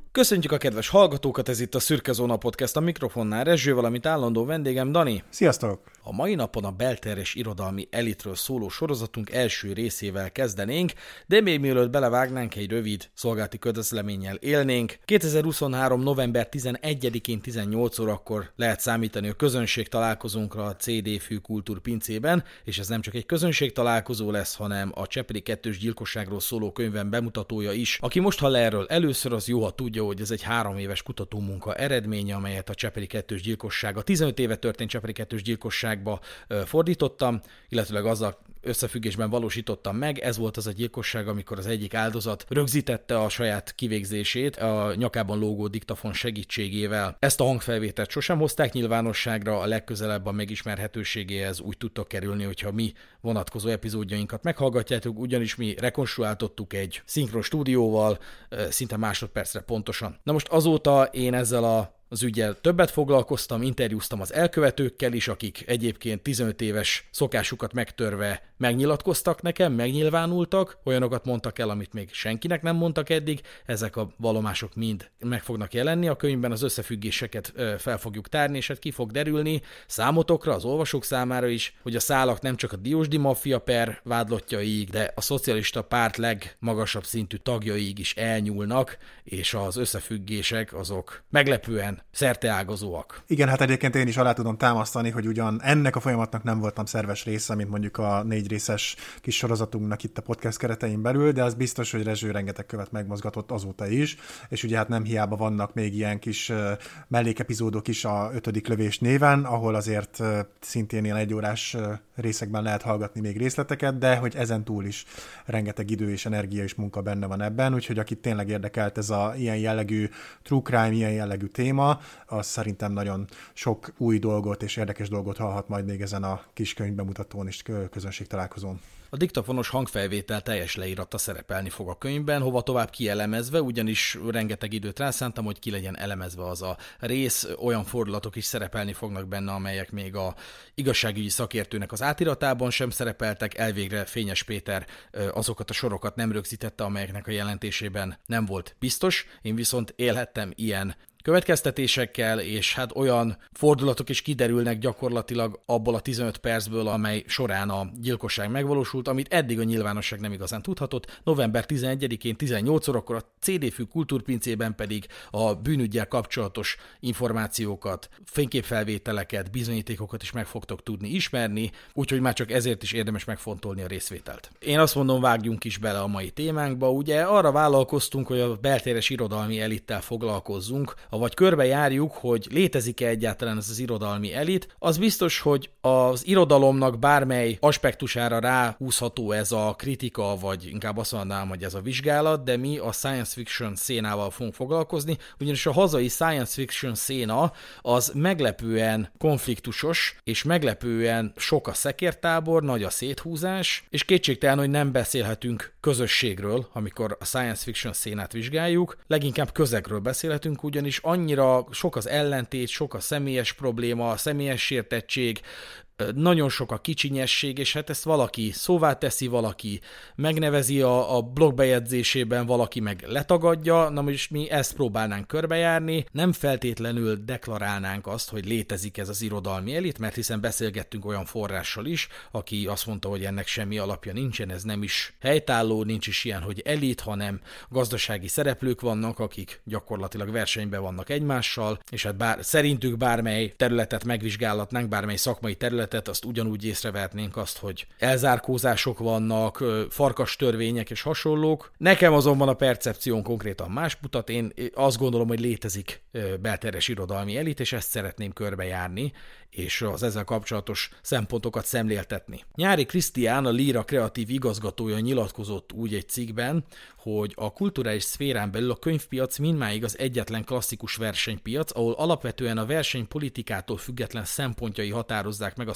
Köszöntjük a kedves hallgatókat, ez itt a Szürke Zóna Podcast, a mikrofonnál Rezső, valamint állandó vendégem Dani. Sziasztok! A mai napon a belterjes irodalmi elitről szóló sorozatunk első részével kezdenénk, de még mielőtt belevágnánk, egy rövid szolgálati közleménnyel élnénk. 2023. november 11-én 18 órakor lehet számítani a közönség találkozónkra a CD Fű Kultúrpincében, és ez nem csak egy közönség találkozó lesz, hanem a Csepeli 2-s gyilkosságról szóló könyvem bemutatója is. Aki most hall erről először, az jó, ha tudja, hogy ez egy 3 éves kutatómunka eredménye, amelyet a Csepeli 2-s gyilkosság, a 15 éve történt Csepeli 2-s gyilkosságba fordítottam, illetőleg azzal összefüggésben valósítottam meg. Ez volt az a gyilkosság, amikor az egyik áldozat rögzítette a saját kivégzését a nyakában lógó diktafon segítségével. Ezt a hangfelvételt sosem hozták nyilvánosságra, a legközelebb a megismerhetőségéhez úgy tudtok kerülni, hogyha mi vonatkozó epizódjainkat meghallgatjátok, ugyanis mi rekonstruáltottuk egy szinkron stúdióval, szinte másodpercre pontosan. Na most azóta én ezzel az üggyel többet foglalkoztam, interjúztam az elkövetőkkel is, akik egyébként 15 éves szokásukat megtörve megnyilatkoztak nekem, megnyilvánultak, olyanokat mondtak el, amit még senkinek nem mondtak eddig, ezek a vallomások mind meg fognak jelenni a könyvben, az összefüggéseket fel fogjuk tárni, és hát ki fog derülni számotokra, az olvasók számára is, hogy a szálak nem csak a Diósdi maffia per vádlottjaiig, de a szocialista párt legmagasabb szintű tagjaiig is elnyúlnak, és az összefüggések azok meglepően szerteágazóak. Igen, hát egyébként én is alá tudom támasztani, hogy ugyan ennek a folyamatnak nem voltam szerves része, mint mondjuk a 4 részes kis sorozatunknak itt a podcast keretein belül, de az biztos, hogy Rezső rengeteg követ megmozgatott azóta is, és ugye hát nem hiába vannak még ilyen kis mellékepizódok is a 5. lövés néven, ahol azért szintén ilyen 1 órás részekben lehet hallgatni még részleteket, de hogy ezen túl is rengeteg idő és energia és munka benne van ebben, úgyhogy akit tényleg érdekelt ez a ilyen jellegű true crime, ilyen jellegű téma, az szerintem nagyon sok új dolgot és érdekes dolgot hallhat majd még ezen a kis könyvbemutatón és közönség találkozón. A diktafonos hangfelvétel teljes leírata szerepelni fog a könyvben, hova tovább kielemezve, ugyanis rengeteg időt rászántam, hogy ki legyen elemezve az a rész, olyan fordulatok is szerepelni fognak benne, amelyek még a igazságügyi szakértőnek az átiratában sem szerepeltek, elvégre Fényes Péter azokat a sorokat nem rögzítette, amelyeknek a jelentésében nem volt biztos, én viszont élhettem ilyen következtetésekkel, és hát olyan fordulatok is kiderülnek gyakorlatilag abból a 15 percből, amely során a gyilkosság megvalósult, amit eddig a nyilvánosság nem igazán tudhatott. November 11-én 18 órakor a CD Fű Kultúrpincében pedig a bűnüggyel kapcsolatos információkat, fényképfelvételeket, bizonyítékokat is meg fogtok tudni ismerni, úgyhogy már csak ezért is érdemes megfontolni a részvételt. Én azt mondom, vágjunk is bele a mai témánkba. Ugye arra vállalkoztunk, hogy a belterjes irodalmi elittel foglalkozzunk, vagy körbejárjuk, hogy létezik-e egyáltalán ez az irodalmi elit. Az biztos, hogy az irodalomnak bármely aspektusára ráhúzható ez a kritika, vagy inkább azt mondanám, hogy ez a vizsgálat, de mi a science fiction szénával fogunk foglalkozni, ugyanis a hazai science fiction széna az meglepően konfliktusos, és meglepően sok a szekértábor, nagy a széthúzás, és kétségtelen, hogy nem beszélhetünk közösségről, amikor a science fiction szénát vizsgáljuk, leginkább közegről beszélhetünk, ugyanis annyira sok az ellentét, sok a személyes probléma, a személyes sértettség, nagyon sok a kicsinyesség, és hát ezt valaki szóvá teszi, valaki megnevezi a blogbejegyzésében, valaki meg letagadja, na most mi ezt próbálnánk körbejárni, nem feltétlenül deklarálnánk azt, hogy létezik ez az irodalmi elit, mert hiszen beszélgettünk olyan forrással is, aki azt mondta, hogy ennek semmi alapja nincsen, ez nem is helytálló, nincs is ilyen, hogy elit, hanem gazdasági szereplők vannak, akik gyakorlatilag versenyben vannak egymással, és hát szerintük bármely területet megvizsgálhatnánk, bármely szakmai terület, azt ugyanúgy észrevehetnénk azt, hogy elzárkózások vannak, farkas törvények és hasonlók. Nekem azonban a percepción konkrétan más mutat. Én azt gondolom, hogy létezik belterjes irodalmi elit, és ezt szeretném körbejárni, és az ezzel kapcsolatos szempontokat szemléltetni. Nyári Krisztián, a Líra kreatív igazgatója nyilatkozott úgy egy cikkben, hogy a kulturális szférán belül a könyvpiac mindmáig az egyetlen klasszikus versenypiac, ahol alapvetően a versenypolitikától független szempontjai határozzák meg a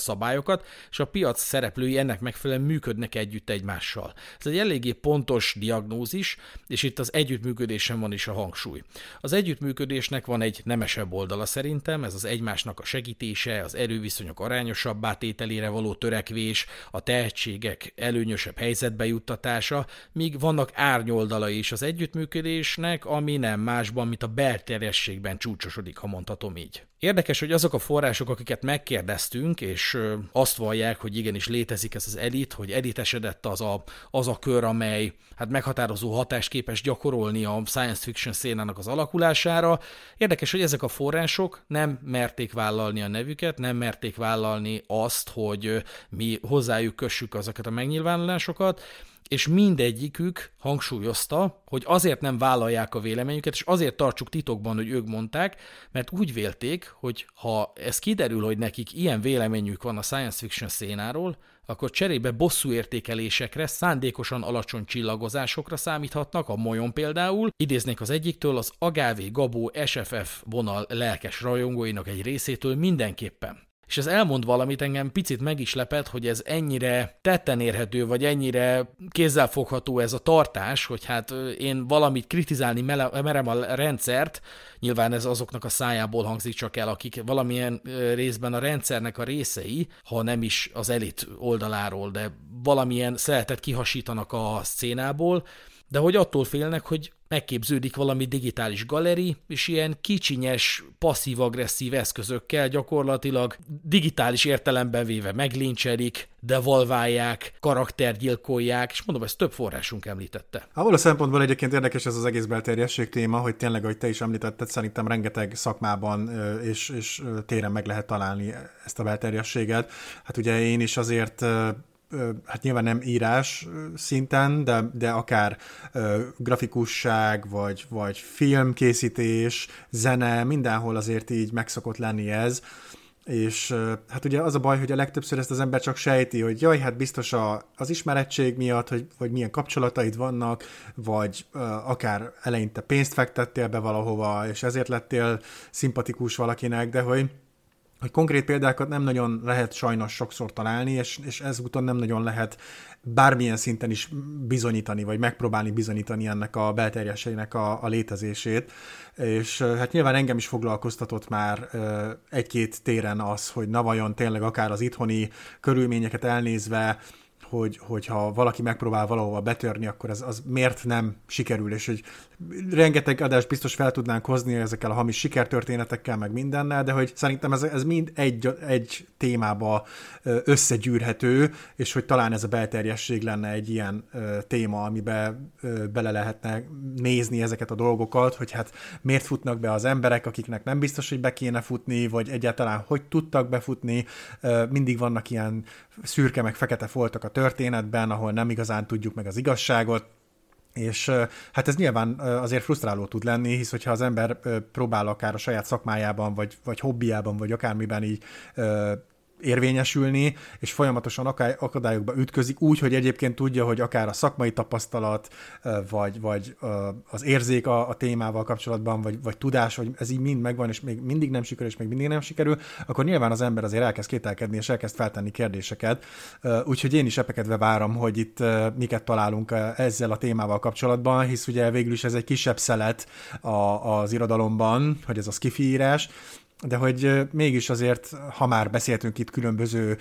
szabályokat, és a piac szereplői ennek megfelelően működnek együtt egymással. Ez egy eléggé pontos diagnózis, és itt az együttműködésen van is a hangsúly. Az együttműködésnek van egy nemesebb oldala szerintem, ez az egymásnak a segítése, az erőviszonyok arányosabbá tételére való törekvés, a tehetségek előnyösebb helyzetbe juttatása, míg vannak árnyoldalai is az együttműködésnek, ami nem másban, mint a belterjességben csúcsosodik, ha mondhatom így. Érdekes, hogy azok a források, akiket megkérdeztünk, és azt vallják, hogy igenis létezik ez az elit, hogy elitesedett az a kör, amely hát meghatározó hatást képes gyakorolni a science fiction szénának az alakulására. Érdekes, hogy ezek a források nem merték vállalni a nevüket, nem merték vállalni azt, hogy mi hozzájuk kössük azokat a megnyilvánulásokat, és mindegyikük hangsúlyozta, hogy azért nem vállalják a véleményüket, és azért tartsuk titokban, hogy ők mondták, mert úgy vélték, hogy ha ez kiderül, hogy nekik ilyen véleményük van a science fiction szénáról, akkor cserébe bosszú értékelésekre, szándékosan alacsony csillagozásokra számíthatnak, a Molyon például. Idéznék az egyiktől, az Agave Gabó SFF vonal lelkes rajongóinak egy részétől mindenképpen. És ez elmond valamit, engem picit meg is lepett, hogy ez ennyire tetten érhető, vagy ennyire kézzelfogható ez a tartás, hogy hát én valamit kritizálni merem a rendszert, nyilván ez azoknak a szájából hangzik csak el, akik valamilyen részben a rendszernek a részei, ha nem is az elit oldaláról, de valamilyen szeletet kihasítanak a szcénából, de hogy attól félnek, hogy megképződik valami digitális galeri, és ilyen kicsinyes, passzív-agresszív eszközökkel gyakorlatilag digitális értelemben véve meglincselik, devalválják, karaktergyilkolják, és mondom, ezt több forrásunk említette. Abból a szempontból egyébként érdekes ez az egész belterjesség téma, hogy tényleg, ahogy te is említetted, szerintem rengeteg szakmában és téren meg lehet találni ezt a belterjességet. Hát ugye én is azért hát nyilván nem írás szinten, de akár grafikusság, vagy filmkészítés, zene, mindenhol azért így meg szokott lenni ez. És hát ugye az a baj, hogy a legtöbbször ezt az ember csak sejti, hogy jaj, hát biztos az ismerettség miatt, vagy milyen kapcsolataid vannak, vagy akár eleinte pénzt fektettél be valahova, és ezért lettél szimpatikus valakinek, de hogy konkrét példákat nem nagyon lehet sajnos sokszor találni, és ezúton nem nagyon lehet bármilyen szinten is bizonyítani, vagy megpróbálni bizonyítani ennek a belterjességnek a létezését. És hát nyilván engem is foglalkoztatott már egy-két téren az, hogy na vajon tényleg akár az itthoni körülményeket elnézve, hogyha valaki megpróbál valahova betörni, akkor az miért nem sikerül, és hogy rengeteg adást biztos fel tudnánk hozni ezekkel a hamis sikertörténetekkel, meg mindennel, de hogy szerintem ez mind egy témába összegyűrhető, és hogy talán ez a belterjesség lenne egy ilyen téma, amiben bele lehetne nézni ezeket a dolgokat, hogy hát miért futnak be az emberek, akiknek nem biztos, hogy be kéne futni, vagy egyáltalán hogy tudtak befutni. Mindig vannak ilyen szürke meg fekete foltok a történetben, ahol nem igazán tudjuk meg az igazságot, és hát ez nyilván azért frusztráló tud lenni, hisz hogyha az ember próbál akár a saját szakmájában, vagy hobbiában, vagy akármiben így érvényesülni, és folyamatosan akadályokba ütközik, úgy, hogy egyébként tudja, hogy akár a szakmai tapasztalat, vagy az érzék a témával kapcsolatban, vagy tudás, hogy ez így mind megvan, és még mindig nem sikerül, és még mindig nem sikerül, akkor nyilván az ember azért elkezd kételkedni, és elkezd feltenni kérdéseket. Úgyhogy én is epekedve várom, hogy itt miket találunk ezzel a témával kapcsolatban, hisz ugye végül is ez egy kisebb szelet az irodalomban, hogy ez a sci-fi írás, de hogy mégis azért, ha már beszéltünk itt különböző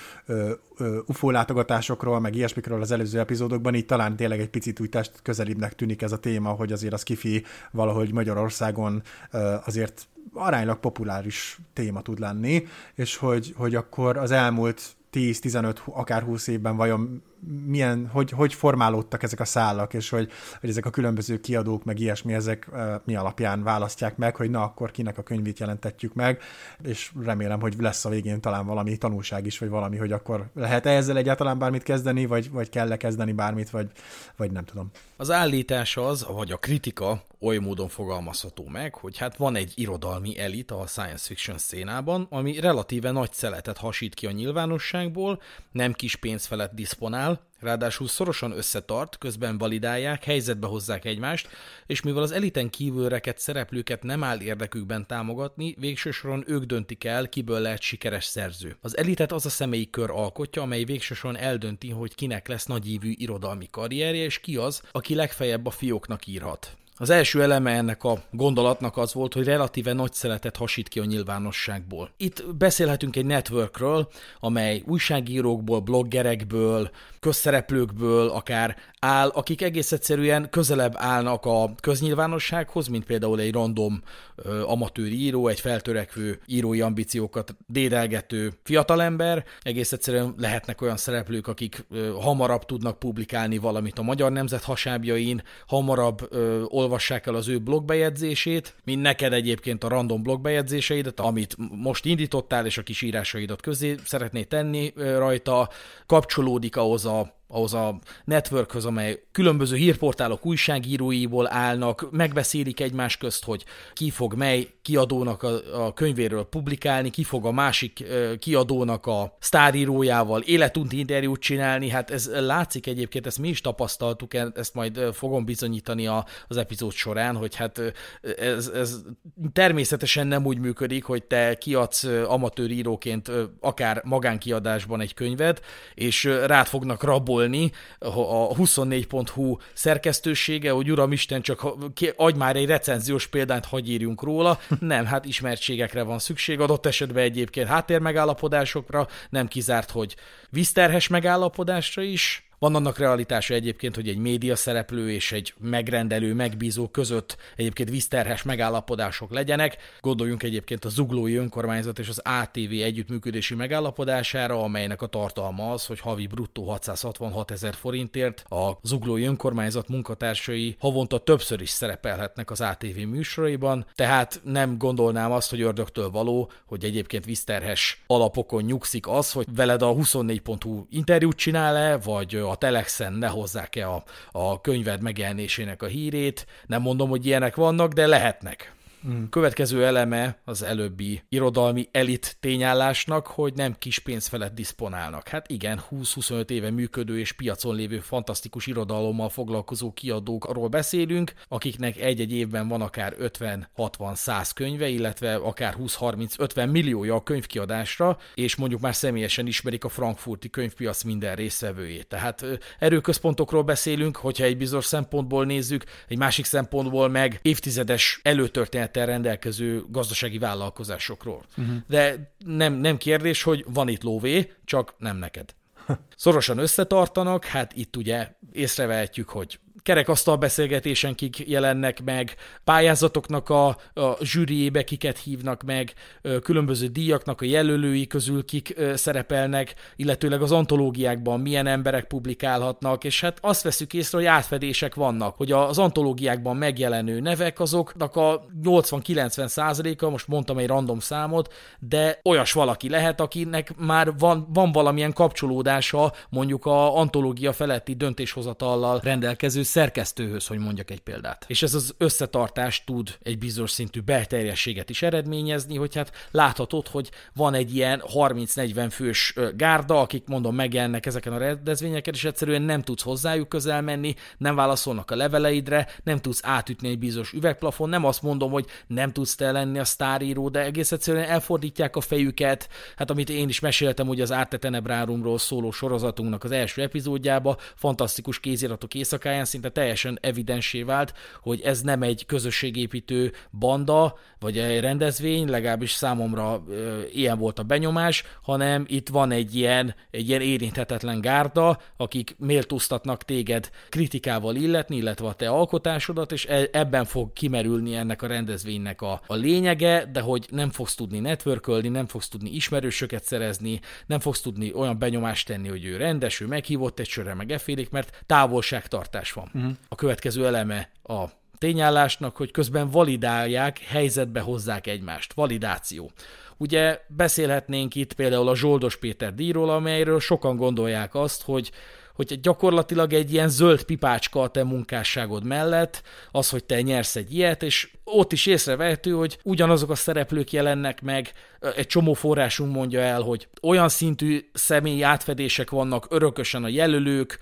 UFO látogatásokról, meg ilyesmikről az előző epizódokban, így talán tényleg egy picit úgy közelíbbnek tűnik ez a téma, hogy azért a sci-fi valahogy Magyarországon azért aránylag populáris téma tud lenni, és hogy akkor az elmúlt 10-15, akár 20 évben vajon hogy formálódtak ezek a szálak, és hogy ezek a különböző kiadók, meg ilyesmi, ezek mi alapján választják meg, hogy na, akkor kinek a könyvét jelentetjük meg, és remélem, hogy lesz a végén talán valami tanulság is, vagy valami, hogy akkor lehet-e ezzel egyáltalán bármit kezdeni, vagy kell-e kezdeni bármit, vagy nem tudom. Az állítás az, vagy a kritika oly módon fogalmazható meg, hogy hát van egy irodalmi elit a science fiction szénában, ami relatíve nagy szeletet hasít ki a nyilvánosságból, nem kis pénz felett diszponál, áll, ráadásul szorosan összetart, közben validálják, helyzetbe hozzák egymást, és mivel az eliten kívül rekedt szereplőket nem áll érdekükben támogatni, végső soron ők döntik el, kiből lehet sikeres szerző. Az elitet az a személyi kör alkotja, amely végső soron eldönti, hogy kinek lesz nagyívű irodalmi karrierje, és ki az, aki legfeljebb a fióknak írhat. Az első eleme ennek a gondolatnak az volt, hogy relatíve nagy szeletet hasít ki a nyilvánosságból. Itt beszélhetünk egy networkről, amely újságírókból, bloggerekből, közszereplőkből akár áll, akik egész egyszerűen közelebb állnak a köznyilvánossághoz, mint például egy random amatőr író, egy feltörekvő írói ambíciókat dédelgető fiatalember. Egész egyszerűen lehetnek olyan szereplők, akik hamarabb tudnak publikálni valamit a Magyar Nemzet hasábjain, hamarabb olvassák el az ő blogbejegyzését, mint neked egyébként a random blogbejegyzéseidet, amit most indítottál, és a kis írásaidat közé szeretnéd tenni rajta, kapcsolódik ahhoz a networkhöz, amely különböző hírportálok újságíróiból állnak, megbeszélik egymás közt, hogy ki fog mely kiadónak a könyvéről publikálni, ki fog a másik kiadónak a sztárírójával életunti interjút csinálni. Hát ez látszik egyébként, ezt mi is tapasztaltuk, ezt majd fogom bizonyítani az epizód során, hogy hát ez természetesen nem úgy működik, hogy te kiadsz amatőr íróként akár magánkiadásban egy könyvet, és rád fognak rabolni a 24.hu szerkesztősége, hogy uramisten, csak adj már egy recenziós példányt, hagyj írjunk róla. Nem, hát ismertségekre van szükség, adott esetben egyébként háttérmegállapodásokra, nem kizárt, hogy vízterhes megállapodásra is. Van annak realitása egyébként, hogy egy média szereplő és egy megrendelő, megbízó között egyébként vízterhes megállapodások legyenek. Gondoljunk egyébként a Zuglói Önkormányzat és az ATV együttműködési megállapodására, amelynek a tartalma az, hogy havi bruttó 666 000 forintért a Zuglói Önkormányzat munkatársai havonta többször is szerepelhetnek az ATV műsoraiban, tehát nem gondolnám azt, hogy ördögtől való, hogy egyébként vízterhes alapokon nyugszik az, hogy veled a 24.hu interjút csinál-e, vagy a Telexen ne hozzák-e a könyved megjelenésének a hírét. Nem mondom, hogy ilyenek vannak, de lehetnek. Következő eleme az előbbi irodalmi elit tényállásnak, hogy nem kis pénz felett diszponálnak. Hát igen, 20-25 éve működő és piacon lévő fantasztikus irodalommal foglalkozó kiadókról beszélünk, akiknek egy-egy évben van akár 50-60-100 könyve, illetve akár 20-30-50 milliója a könyvkiadásra, és mondjuk már személyesen ismerik a frankfurti könyvpiac minden résztvevőjét. Tehát erőközpontokról beszélünk, hogyha egy bizonyos szempontból nézzük, egy másik szempontból meg évtizedes előtörténet rendelkező gazdasági vállalkozásokról. De nem kérdés, hogy van itt lóvé, csak nem neked. Szorosan összetartanak, hát itt ugye észrevehetjük, hogy kerekasztal beszélgetésen kik jelennek meg, pályázatoknak a zsűriébe kiket hívnak meg, különböző díjaknak a jelölői közül kik szerepelnek, illetőleg az antológiákban milyen emberek publikálhatnak, és hát azt veszük észre, hogy átfedések vannak, hogy az antológiákban megjelenő nevek azoknak a 80-90%-a, most mondtam egy random számot, de olyas valaki lehet, akinek már van valamilyen kapcsolódása mondjuk a antológia feletti döntéshozatallal rendelkező szerkesztőhöz, hogy mondjak egy példát. És ez az összetartás tud egy bizonyos szintű belterjességet is eredményezni, hogy hát láthatod, hogy van egy ilyen 30-40 fős gárda, akik mondom megjelennek ezeken a rendezvényeken, és egyszerűen nem tudsz hozzájuk közel menni, nem válaszolnak a leveleidre, nem tudsz átütni egy bizonyos üvegplafon, nem azt mondom, hogy nem tudsz te lenni a sztáríró, de egész egyszerűen elfordítják a fejüket, hát amit én is meséltem, ugye az Arte Tenebrárumról szóló sorozatunknak az első epizódjába, fantasztikus kéziratok éjszakáján szinte teljesen evidensé vált, hogy ez nem egy közösségépítő banda, vagy egy rendezvény, legalábbis számomra ilyen volt a benyomás, hanem itt van egy ilyen érinthetetlen gárda, akik méltóztatnak téged kritikával illetni, illetve a te alkotásodat, és ebben fog kimerülni ennek a rendezvénynek a lényege, de hogy nem fogsz tudni networkölni, nem fogsz tudni ismerősöket szerezni, nem fogsz tudni olyan benyomást tenni, hogy ő rendes, ő meghívott egy sörre, meg effélik, mert távolságtartás van. A következő eleme a tényállásnak, hogy közben validálják, helyzetbe hozzák egymást. Validáció. Ugye beszélhetnénk itt például a Zsoldos Péter díjról, amelyről sokan gondolják azt, hogy gyakorlatilag egy ilyen zöld pipácska a te munkásságod mellett, az, hogy te nyersz egy ilyet, és ott is észrevehető, hogy ugyanazok a szereplők jelennek meg, egy csomó forrásunk mondja el, hogy olyan szintű személyi átfedések vannak örökösen a jelölők,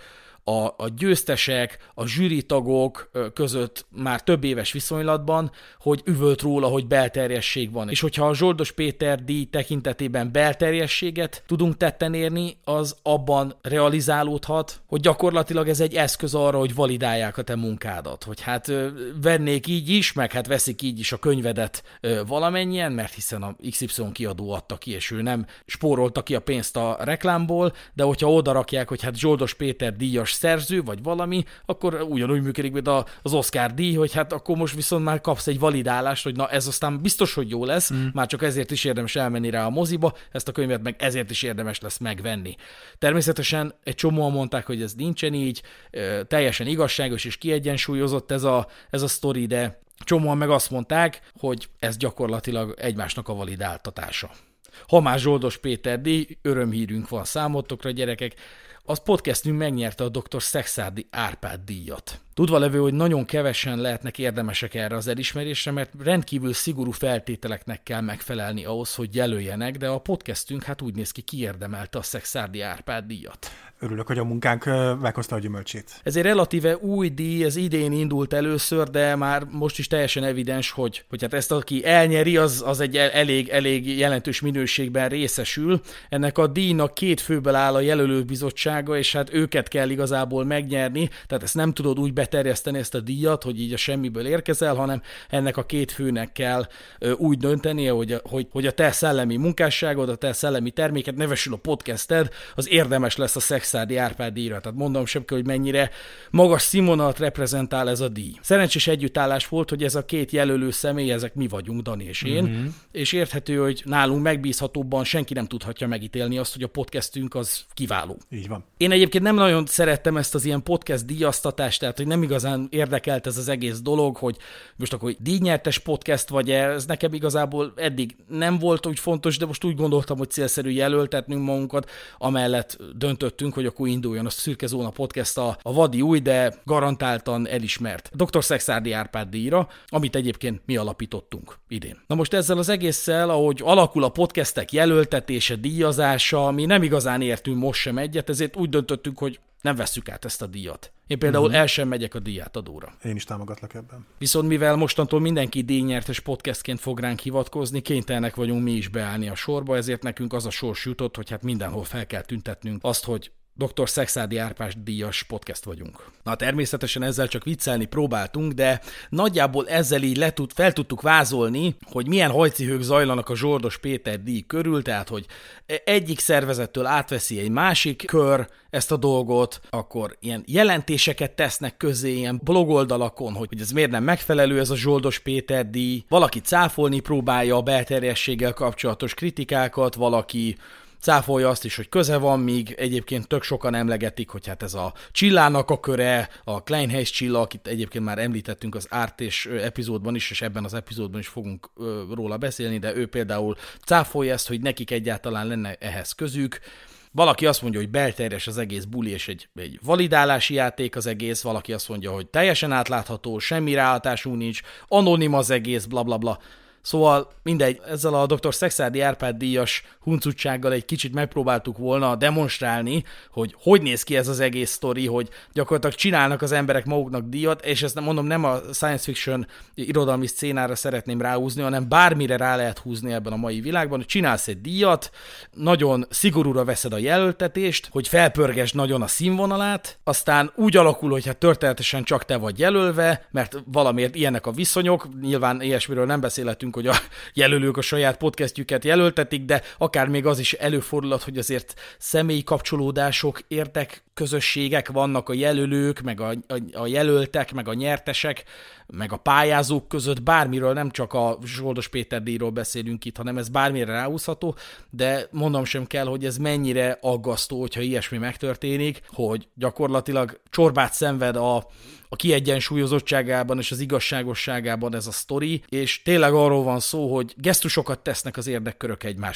a győztesek, a zsűritagok között már több éves viszonylatban, hogy üvölt róla, hogy belterjesség van. És hogyha a Zsoldos Péter díj tekintetében belterjességet tudunk tetten érni, az abban realizálódhat, hogy gyakorlatilag ez egy eszköz arra, hogy validálják a te munkádat. Hogy hát vennék így is, meg hát veszik így is a könyvedet valamennyien, mert hiszen a XY kiadó adta ki, és ő nem spórolta ki a pénzt a reklámból, de hogyha oda rakják, hogy hát Zsoldos Péter díjas szerző, vagy valami, akkor ugyanúgy működik, mint az Oscar díj, hogy hát akkor most viszont már kapsz egy validálást, hogy na ez aztán biztos, hogy jó lesz, már csak ezért is érdemes elmenni rá a moziba, ezt a könyvet meg ezért is érdemes lesz megvenni. Természetesen egy csomóan mondták, hogy ez nincsen így, teljesen igazságos és kiegyensúlyozott ez a sztori, de csomóan meg azt mondták, hogy ez gyakorlatilag egymásnak a validáltatása. Ha már Zsoldos Péter díj, örömhírünk van számotokra, gyerekek, az podcastünk megnyerte a Dr. Szekszárdi Árpád díjat. Tudva levő, hogy nagyon kevesen lehetnek érdemesek erre az elismerésre, mert rendkívül szigorú feltételeknek kell megfelelni ahhoz, hogy jelöljenek, de a podcastünk hát úgy néz ki, kiérdemelte a Szekszárdi Árpád díjat. Örülök, hogy a munkánk meghozta a gyümölcsét. Ez egy relatíve új díj, ez idén indult először, de már most is teljesen evidens, hogy hát ezt aki elnyeri, az egy elég jelentős minőségben részesül. Ennek a díjnak 2 főből áll a jelölők bizottsága, és hát őket kell igazából megnyerni, tehát ezt nem tudod úgy beterjeszteni ezt a díjat, hogy így a semmiből érkezel, hanem ennek a 2 főnek kell úgy döntenie, hogy a te szellemi munkásságod, a te szellemi terméket, nevesül a podcasted, az érdemes lesz a Szekszárdi Árpád díjra. Tehát mondom sem kell, hogy mennyire magas színvonalat reprezentál ez a díj. Szerencsés együttállás volt, hogy ez a 2 jelölő személy, ezek mi vagyunk, Dani és én, és érthető, hogy nálunk megbízhatóbban senki nem tudhatja megítélni azt, hogy a podcastünk az kiváló. Így van. Én egyébként nem nagyon szerettem ezt az ilyen podcast díjaztatást, tehát hogy nem igazán érdekelt ez az egész dolog, hogy most akkor díjnyertes podcast vagy-e, ez nekem igazából eddig nem volt úgy fontos, de most úgy gondoltam, hogy célszerű jelöltetnünk magunkat, amellett döntöttünk, hogy akkor induljon a Szürke Zóna podcast a vadi új, de garantáltan elismert Dr. Szekszárdi Árpád díjra, amit egyébként mi alapítottunk idén. Na most ezzel az egésszel, ahogy alakul a podcastek jelöltetése, díjazása, mi nem igazán értünk most sem egyet, ezért úgy döntöttünk, hogy nem vesszük át ezt a díjat. Én például el sem megyek a díjátadóra. Én is támogatlak ebben. Viszont mivel mostantól mindenki díjnyertes podcastként fog ránk hivatkozni, kénytelenek vagyunk mi is beállni a sorba, ezért nekünk az a sors jutott, hogy hát mindenhol fel kell tüntetnünk azt, hogy Dr. Szekszárdi Árpád díjas podcast vagyunk. Na természetesen ezzel csak viccelni próbáltunk, de nagyjából ezzel így fel tudtuk vázolni, hogy milyen hajcihők zajlanak a Zsoldos Péter díj körül, tehát hogy egyik szervezettől átveszi egy másik kör ezt a dolgot, akkor ilyen jelentéseket tesznek közé ilyen blogoldalakon, hogy ez miért nem megfelelő ez a Zsoldos Péter díj, valaki cáfolni próbálja a belterjességgel kapcsolatos kritikákat, valaki cáfolja azt is, hogy köze van, míg egyébként tök sokan emlegetik, hogy hát ez a Csillának a köre, a Kleinheis Csilla, akit egyébként már említettünk az Ártés epizódban is, és ebben az epizódban is fogunk róla beszélni, de ő például cáfolja ezt, hogy nekik egyáltalán lenne ehhez közük. Valaki azt mondja, hogy belterjes az egész buli, és egy validálási játék az egész, valaki azt mondja, hogy teljesen átlátható, semmi ráhatású nincs, anonim az egész, blablabla. Szóval mindegy, ezzel a Dr. Szekszárdi Árpád díjas huncutsággal egy kicsit megpróbáltuk volna demonstrálni, hogy néz ki ez az egész sztori, hogy gyakorlatilag csinálnak az emberek maguknak díjat, és ezt mondom, nem a science fiction irodalmi szcénára szeretném ráhúzni, hanem bármire rá lehet húzni ebben a mai világban, hogy csinálsz egy díjat, nagyon szigorúra veszed a jelöltetést, hogy felpörgesd nagyon a színvonalát, aztán úgy alakul, hogy hát történetesen csak te vagy jelölve, mert valamiért ilyenek a viszonyok, nyilván ilyesmiről nem beszélhetünk, hogy a jelölők a saját podcastjüket jelöltetik, de akár még az is előfordulhat, hogy azért személyi kapcsolódások, közösségek vannak a jelölők, meg a jelöltek, meg a nyertesek, meg a pályázók között, bármiről, nem csak a Zsoldos Péter díjról beszélünk itt, hanem ez bármire ráhúzható, de mondom sem kell, hogy ez mennyire aggasztó, hogyha ilyesmi megtörténik, hogy gyakorlatilag csorbát szenved a kiegyensúlyozottságában és az igazságosságában ez a sztori, és tényleg arról van szó, hogy gesztusokat tesznek az érdekkörök egymásnak.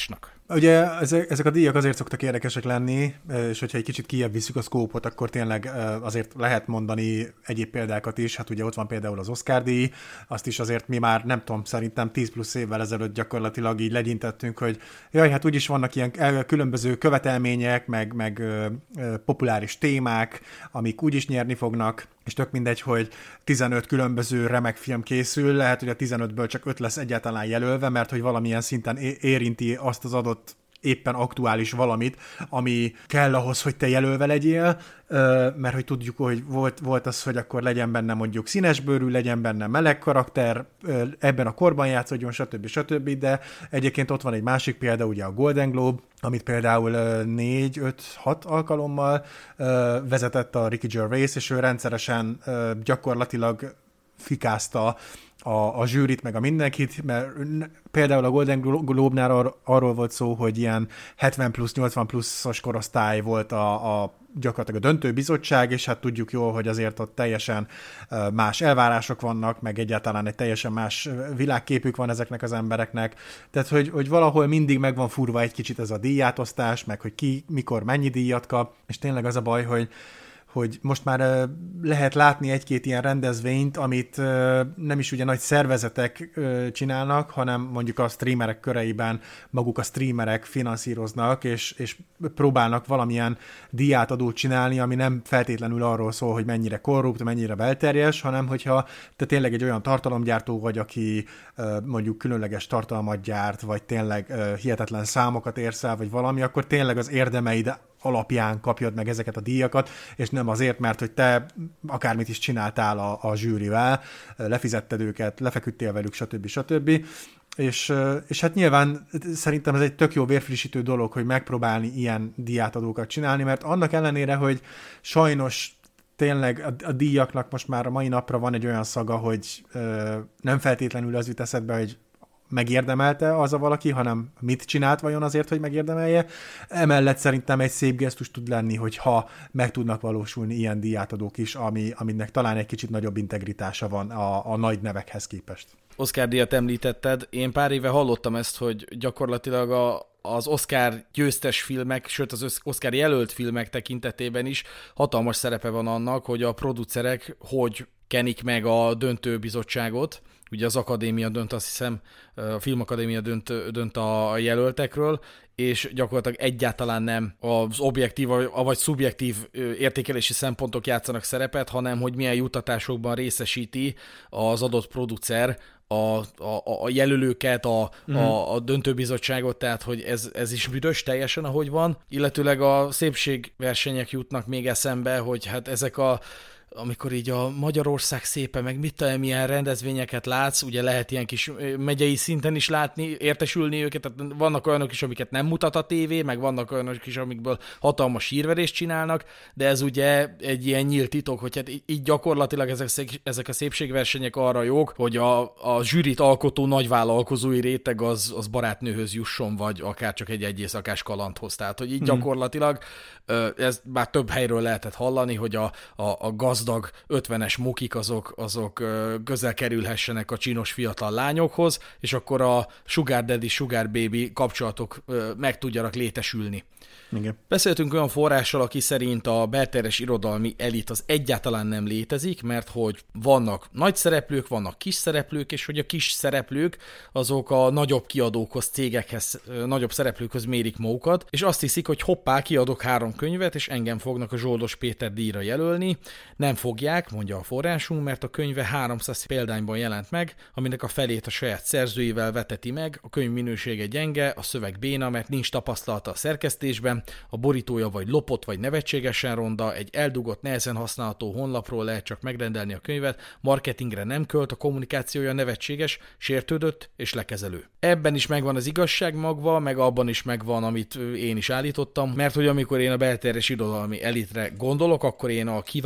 Ugye ezek a díjak azért szoktak érdekesek lenni, és hogyha egy kicsit kijebb visszük a szkópot, akkor tényleg azért lehet mondani egyéb példákat is. Hát ugye ott van például az Oscar díj, azt is azért mi már nem tudom, szerintem 10 plusz évvel ezelőtt gyakorlatilag így legyintettünk, hogy jaj, hát úgyis vannak ilyen különböző követelmények, meg populáris témák, amik úgyis nyerni fognak, és tök mindegy, hogy 15 különböző remek film készül, lehet, hogy a 15-ből csak 5 lesz egyáltalán jelölve, mert hogy valamilyen szinten érinti azt az adott éppen aktuális valamit, ami kell ahhoz, hogy te jelölve legyél, mert hogy tudjuk, hogy volt az, hogy akkor legyen benne mondjuk színesbőrű, legyen benne meleg karakter, ebben a korban játszódjon, stb. De egyébként ott van egy másik példa, ugye a Golden Globe, amit például 4-5-6 alkalommal vezetett a Ricky Gervais, és ő rendszeresen gyakorlatilag fikázta a zsűrit, meg a mindenkit, mert például a Golden Globe-nál arról volt szó, hogy ilyen 70 plusz, 80 pluszos korosztály volt gyakorlatilag a döntőbizottság, és hát tudjuk jól, hogy azért ott teljesen más elvárások vannak, meg egyáltalán egy teljesen más világképük van ezeknek az embereknek. Tehát, hogy valahol mindig meg van furva egy kicsit ez a díjátosztás, meg hogy ki, mikor, mennyi díjat kap, és tényleg az a baj, hogy most már lehet látni egy-két ilyen rendezvényt, amit nem is ugye nagy szervezetek csinálnak, hanem mondjuk a streamerek köreiben maguk a streamerek finanszíroznak, és próbálnak valamilyen díjátadót csinálni, ami nem feltétlenül arról szól, hogy mennyire korrupt, mennyire belterjes, hanem hogyha te tényleg egy olyan tartalomgyártó vagy, aki mondjuk különleges tartalmat gyárt, vagy tényleg hihetetlen számokat érsz el, vagy valami, akkor tényleg az érdemeid alapján kapjad meg ezeket a díjakat, és nem azért, mert hogy te akármit is csináltál a zsűrivel, lefizetted őket, lefeküdtél velük, stb. És hát nyilván szerintem ez egy tök jó vérfrissítő dolog, hogy megpróbálni ilyen díjátadókat csinálni, mert annak ellenére, hogy sajnos tényleg a díjaknak most már a mai napra van egy olyan szaga, hogy nem feltétlenül az jut eszedbe, hogy megérdemelte az a valaki, hanem mit csinált vajon azért, hogy megérdemelje. Emellett szerintem egy szép gesztus tud lenni, hogyha meg tudnak valósulni ilyen díjátadók is, aminek talán egy kicsit nagyobb integritása van a nagy nevekhez képest. Oscar-díjat említetted. Én pár éve hallottam ezt, hogy gyakorlatilag az Oscar győztes filmek, sőt az Oscar jelölt filmek tekintetében is hatalmas szerepe van annak, hogy a producerek hogy kenik meg a döntőbizottságot. Ugye az akadémia dönt, azt hiszem, a filmakadémia dönt a jelöltekről, és gyakorlatilag egyáltalán nem az objektív vagy szubjektív értékelési szempontok játszanak szerepet, hanem hogy milyen juttatásokban részesíti az adott producer a jelölőket, a döntőbizottságot, tehát hogy ez is büdös teljesen, ahogy van. Illetőleg a szépségversenyek jutnak még eszembe, hogy hát ezek amikor így a Magyarország szépe, meg mit tudom, milyen rendezvényeket látsz, ugye lehet ilyen kis megyei szinten is látni, értesülni őket, tehát vannak olyanok is, amiket nem mutat a tévé, meg vannak olyanok is, amikből hatalmas hírverést csinálnak, de ez ugye egy ilyen nyílt titok, hogy hát így gyakorlatilag ezek a szépségversenyek arra jók, hogy a zsűrit alkotó nagyvállalkozói réteg az barátnőhöz jusson, vagy akár csak egy éjszakás kalandhoz. Tehát, hogy így gyakorlatilag ez már több helyről lehetett hallani, hogy a gazdag 50-es mokik azok közel kerülhessenek a csinos fiatal lányokhoz, és akkor a sugar daddy, sugar baby kapcsolatok meg tudjanak létesülni. Igen. Beszéltünk olyan forrással, aki szerint a belterjes irodalmi elit az egyáltalán nem létezik, mert hogy vannak nagy szereplők, vannak kis szereplők, és hogy a kis szereplők azok a nagyobb kiadókhoz, cégekhez, nagyobb szereplőkhöz mérik magukat, és azt hiszik, hogy hoppá, kiadok 3 könyvet, és engem fognak a Zsoldos Péter díjra jelölni. Nem fogják, mondja a forrásunk, mert a könyve 300 példányban jelent meg, aminek a felét a saját szerzőivel veteti meg, a könyv minősége gyenge, a szöveg béna, mert nincs tapasztalata a szerkesztésben, a borítója vagy lopott, vagy nevetségesen ronda, egy eldugott, nehezen használható honlapról lehet csak megrendelni a könyvet, marketingre nem költ, a kommunikációja nevetséges, sértődött és lekezelő. Ebben is megvan az igazság magva, meg abban is megvan, amit én is állítottam, mert hogy amikor én a belterjes irodalmi elitre gondolok, akkor én a kiválasztott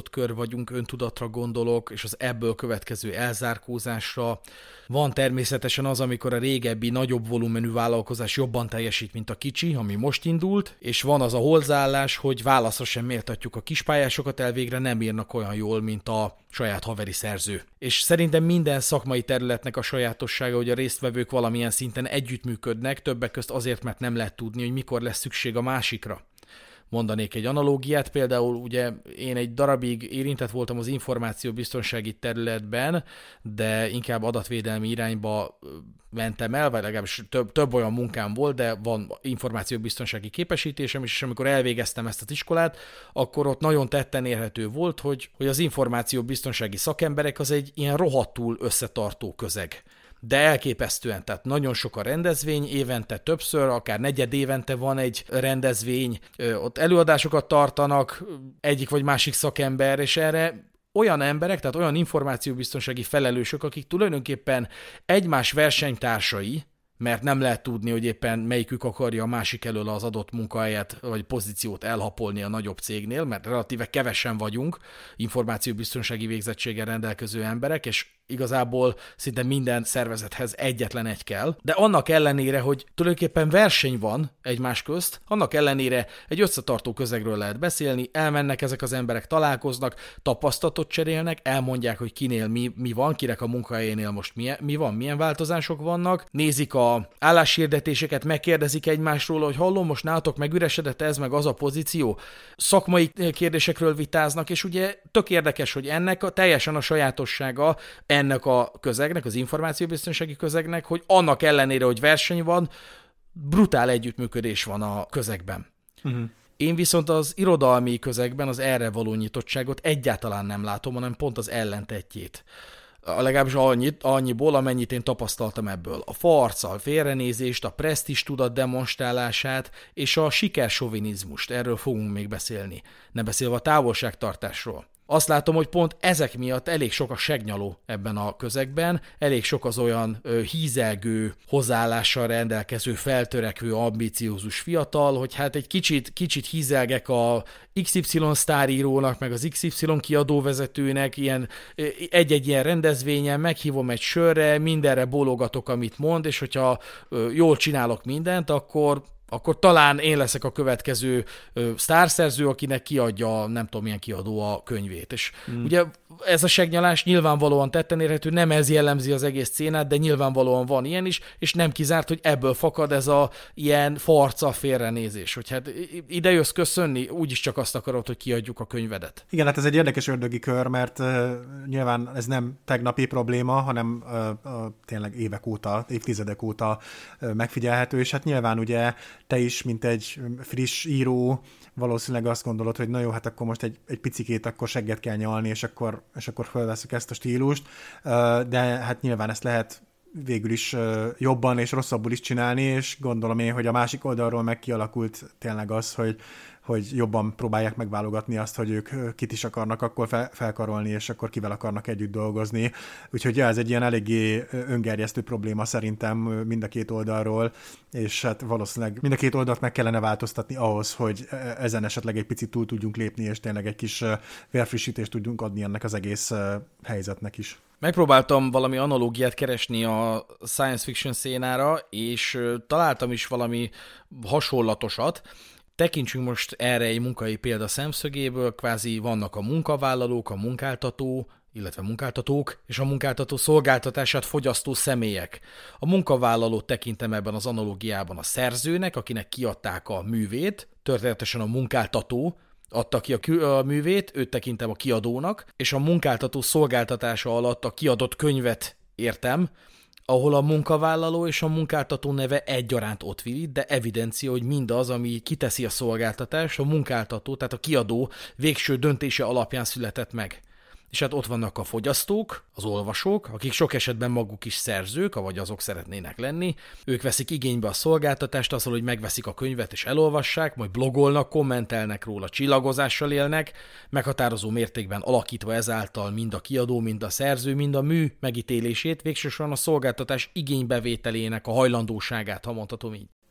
nyitott kör vagyunk, öntudatra gondolok, és az ebből következő elzárkózásra. Van természetesen az, amikor a régebbi, nagyobb volumenű vállalkozás jobban teljesít, mint a kicsi, ami most indult, és van az a hozzáállás, hogy válaszra sem méltatjuk a kispályásokat, elvégre nem írnak olyan jól, mint a saját haveri szerző. És szerintem minden szakmai területnek a sajátossága, hogy a résztvevők valamilyen szinten együttműködnek, többek közt azért, mert nem lehet tudni, hogy mikor lesz szükség a másikra. Mondanék egy analógiát, például ugye én egy darabig érintett voltam az információbiztonsági területben, de inkább adatvédelmi irányba mentem el, vagy legalábbis több olyan munkám volt, de van információbiztonsági képesítésem is, és amikor elvégeztem ezt az iskolát, akkor ott nagyon tetten érhető volt, hogy az információbiztonsági szakemberek az egy ilyen rohadtul összetartó közeg. De elképesztően, tehát nagyon sok a rendezvény, évente többször, akár negyed évente van egy rendezvény, ott előadásokat tartanak egyik vagy másik szakember, és erre olyan emberek, tehát olyan információbiztonsági felelősök, akik tulajdonképpen egymás versenytársai, mert nem lehet tudni, hogy éppen melyikük akarja a másik elől az adott munkahelyet vagy pozíciót elhapolni a nagyobb cégnél, mert relatíve kevesen vagyunk információbiztonsági végzettséggel rendelkező emberek, és igazából szinte minden szervezethez egyetlen egy kell, de annak ellenére, hogy tulajdonképpen verseny van egymás közt, annak ellenére egy összetartó közegről lehet beszélni, elmennek ezek az emberek, találkoznak, tapasztalatot cserélnek, elmondják, hogy kinél mi van, kinek a munkahelyénél most mi van, milyen változások vannak, nézik a álláshirdetéseket, megkérdezik egymásról, hogy hallom, most nálatok megüresedett ez meg az a pozíció, szakmai kérdésekről vitáznak, és ugye tök érdekes, hogy ennek teljesen a sajátossága ennek a közegnek, az információbiztonsági közegnek, hogy annak ellenére, hogy verseny van, brutál együttműködés van a közegben. Uh-huh. Én viszont az irodalmi közegben az erre való nyitottságot egyáltalán nem látom, hanem pont az ellentetjét. Legalábbis annyiból, amennyit én tapasztaltam ebből. A farccal félrenézést, a presztízs tudat demonstrálását és a sikersovinizmust, erről fogunk még beszélni, ne beszélve a távolságtartásról. Azt látom, hogy pont ezek miatt elég sok a segnyaló ebben a közegben, elég sok az olyan hízelgő, hozzáállással rendelkező, feltörekvő, ambiciózus fiatal, hogy hát egy kicsit hízelgek a XY sztárírónak, meg az XY kiadóvezetőnek, egy-egy ilyen rendezvényen meghívom egy sörre, mindenre bólogatok, amit mond, és hogyha jól csinálok mindent, akkor talán én leszek a következő sztárszerző, akinek kiadja nem tudom milyen kiadó a könyvét. És ugye ez a segnyalás nyilvánvalóan tetten érhető, nem ez jellemzi az egész szénát, de nyilvánvalóan van ilyen is, és nem kizárt, hogy ebből fakad ez a ilyen farca félrenézés, hogy hát ide jössz köszönni, úgyis csak azt akarod, hogy kiadjuk a könyvedet. Igen, hát ez egy érdekes ördögi kör, mert nyilván ez nem tegnapi probléma, hanem tényleg évek óta, évtizedek óta megfigyelhető, és hát nyilván ugye te is, mint egy friss író, valószínűleg azt gondolod, hogy na jó, hát akkor most egy picikét akkor segget kell nyalni, és akkor felveszük ezt a stílust, de hát nyilván ezt lehet végül is jobban és rosszabbul is csinálni, és gondolom én, hogy a másik oldalról meg kialakult tényleg az, hogy jobban próbálják megválogatni azt, hogy ők kit is akarnak akkor felkarolni, és akkor kivel akarnak együtt dolgozni. Úgyhogy ja, ez egy ilyen eléggé öngerjesztő probléma szerintem mind a két oldalról, és hát valószínűleg mind a két oldalt meg kellene változtatni ahhoz, hogy ezen esetleg egy picit túl tudjunk lépni, és tényleg egy kis vérfrissítést tudjunk adni ennek az egész helyzetnek is. Megpróbáltam valami analógiát keresni a science fiction szénára, és találtam is valami hasonlatosat. Tekintsünk most erre egy munkai példa szemszögéből, kvázi vannak a munkavállalók, a munkáltató, illetve munkáltatók, és a munkáltató szolgáltatását fogyasztó személyek. A munkavállalót tekintem ebben az analógiában a szerzőnek, akinek kiadták a művét, történetesen a munkáltató adta ki a művét, őt tekintem a kiadónak, és a munkáltató szolgáltatása alatt a kiadott könyvet értem, ahol a munkavállaló és a munkáltató neve egyaránt ott virít, de evidencia, hogy mindaz, ami kiteszi a szolgáltatást, a munkáltató, tehát a kiadó végső döntése alapján született meg. És hát ott vannak a fogyasztók, az olvasók, akik sok esetben maguk is szerzők, vagy azok szeretnének lenni. Ők veszik igénybe a szolgáltatást azzal, hogy megveszik a könyvet és elolvassák, majd blogolnak, kommentelnek róla, csillagozással élnek, meghatározó mértékben alakítva ezáltal mind a kiadó, mind a szerző, mind a mű megítélését, végsősorban a szolgáltatás igénybevételének a hajlandóságát, ha mondhatom így.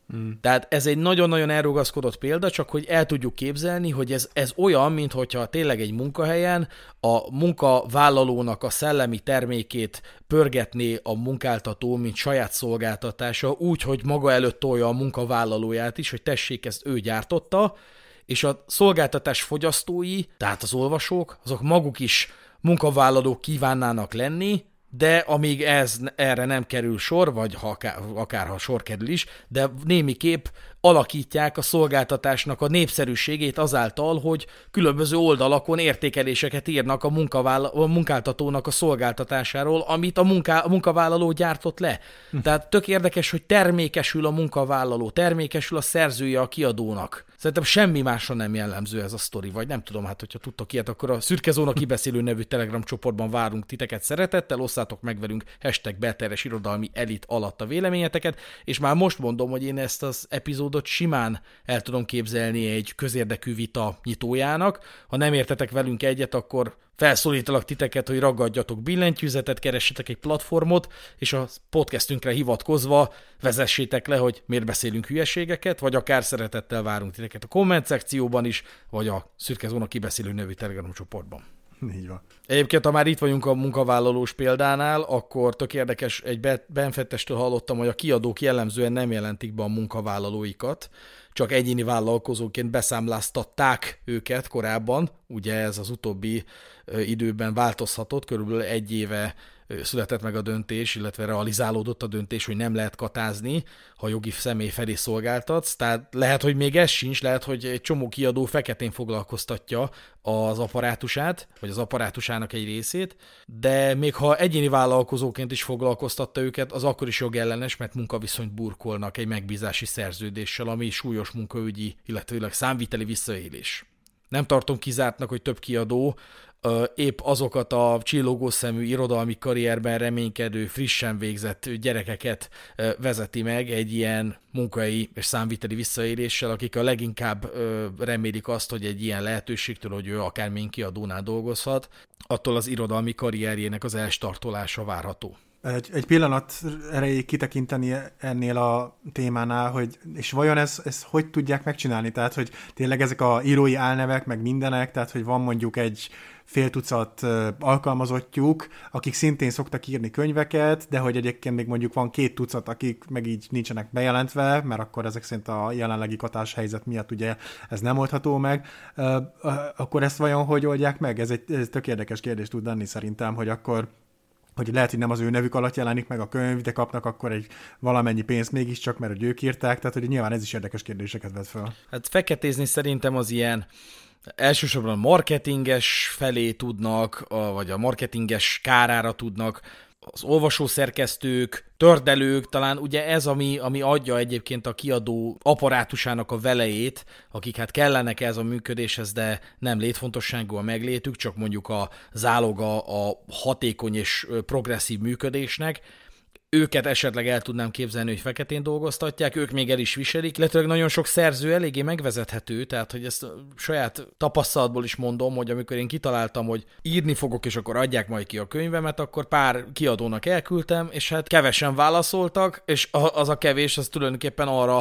Tehát ez egy nagyon-nagyon elrugaszkodott példa, csak hogy el tudjuk képzelni, hogy ez olyan, mintha tényleg egy munkahelyen a munkavállalónak a szellemi termékét pörgetné a munkáltató, mint saját szolgáltatása, úgy, hogy maga előtt tolja a munkavállalóját is, hogy tessék, ezt ő gyártotta, és a szolgáltatás fogyasztói, tehát az olvasók, azok maguk is munkavállalók kívánnának lenni, de amíg erre nem kerül sor, vagy akár ha sor kerül is, de némiképp alakítják a szolgáltatásnak a népszerűségét azáltal, hogy különböző oldalakon értékeléseket írnak a munkáltatónak a szolgáltatásáról, amit a munkavállaló gyártott le. Tehát tök érdekes, hogy termékesül a munkavállaló, termékesül a szerzője a kiadónak. Szerintem semmi másra nem jellemző ez a sztori, vagy nem tudom, hát hogyha tudtok ilyet, akkor a Szürke Zóna Kibeszélő nevű Telegram csoportban várunk titeket szeretettel, osszátok meg velünk #belterjes irodalmi elit alatt a véleményeteket, és már most mondom, hogy én ezt az epizódot simán el tudom képzelni egy közérdekű vita nyitójának. Ha nem értetek velünk egyet, akkor felszólítalak titeket, hogy ragadjatok billentyűzetet, keressetek egy platformot, és a podcastünkre hivatkozva vezessétek le, hogy miért beszélünk hülyeségeket, vagy akár szeretettel várunk titeket a komment szekcióban is, vagy a Szürke Zóna Kibeszélő nevű Telegram csoportban. Így van. Egyébként, ha már itt vagyunk a munkavállalós példánál, akkor tök érdekes, egy benfettestől hallottam, hogy a kiadók jellemzően nem jelentik be a munkavállalóikat, csak egyéni vállalkozóként beszámláztatták őket korábban, ugye ez az utóbbi időben változhatott, körülbelül 1 éve született meg a döntés, illetve realizálódott a döntés, hogy nem lehet katázni, ha jogi személy felé szolgáltatsz. Tehát lehet, hogy még ez sincs, lehet, hogy egy csomó kiadó feketén foglalkoztatja az apparátusát, vagy az apparátusának egy részét, de még ha egyéni vállalkozóként is foglalkoztatta őket, az akkor is jogellenes, mert munkaviszonyt burkolnak egy megbízási szerződéssel, ami súlyos munkaügyi, illetve számviteli visszaélés. Nem tartom kizártnak, hogy több kiadó épp azokat a csillogó szemű irodalmi karrierben reménykedő, frissen végzett gyerekeket vezeti meg egy ilyen munkai és számviteli visszaéléssel, akik a leginkább remélik azt, hogy egy ilyen lehetőségtől, hogy ő akármilyen kiadónál dolgozhat, attól az irodalmi karrierjének az elstartolása várható. Egy pillanat erejéig kitekinteni ennél a témánál, hogy és vajon ezt hogy tudják megcsinálni? Tehát, hogy tényleg ezek a írói álnevek, meg mindenek, tehát, hogy van mondjuk egy fél tucat alkalmazottjuk, akik szintén szoktak írni könyveket, de hogy egyébként még mondjuk van 2 tucat, akik meg így nincsenek bejelentve, mert akkor ezek szerint a jelenlegi katáshelyzet miatt ugye ez nem oldható meg. Akkor ezt vajon hogy oldják meg? Ez tök érdekes kérdés tud lenni szerintem, hogy akkor hogy lehet, hogy nem az ő nevük alatt jelenik meg a könyv, de kapnak akkor egy valamennyi pénzt mégiscsak, mert hogy ők írták, tehát hogy nyilván ez is érdekes kérdéseket vet fel. Hát feketézni szerintem az ilyen elsősorban marketinges felé tudnak, vagy a marketinges kárára tudnak, az olvasószerkesztők, tördelők, talán ugye ez, ami adja egyébként a kiadó apparátusának a velejét, akik hát kellenek ez a működéshez, de nem létfontosságú a meglétük, csak mondjuk a záloga a hatékony és progresszív működésnek. Őket esetleg el tudnám képzelni, hogy feketén dolgoztatják, ők még el is viselik, illetve nagyon sok szerző eléggé megvezethető, tehát hogy ezt saját tapasztalatból is mondom, hogy amikor én kitaláltam, hogy írni fogok, és akkor adják majd ki a könyvemet, akkor pár kiadónak elküldtem, és hát kevesen válaszoltak, és az a kevés, az tulajdonképpen arra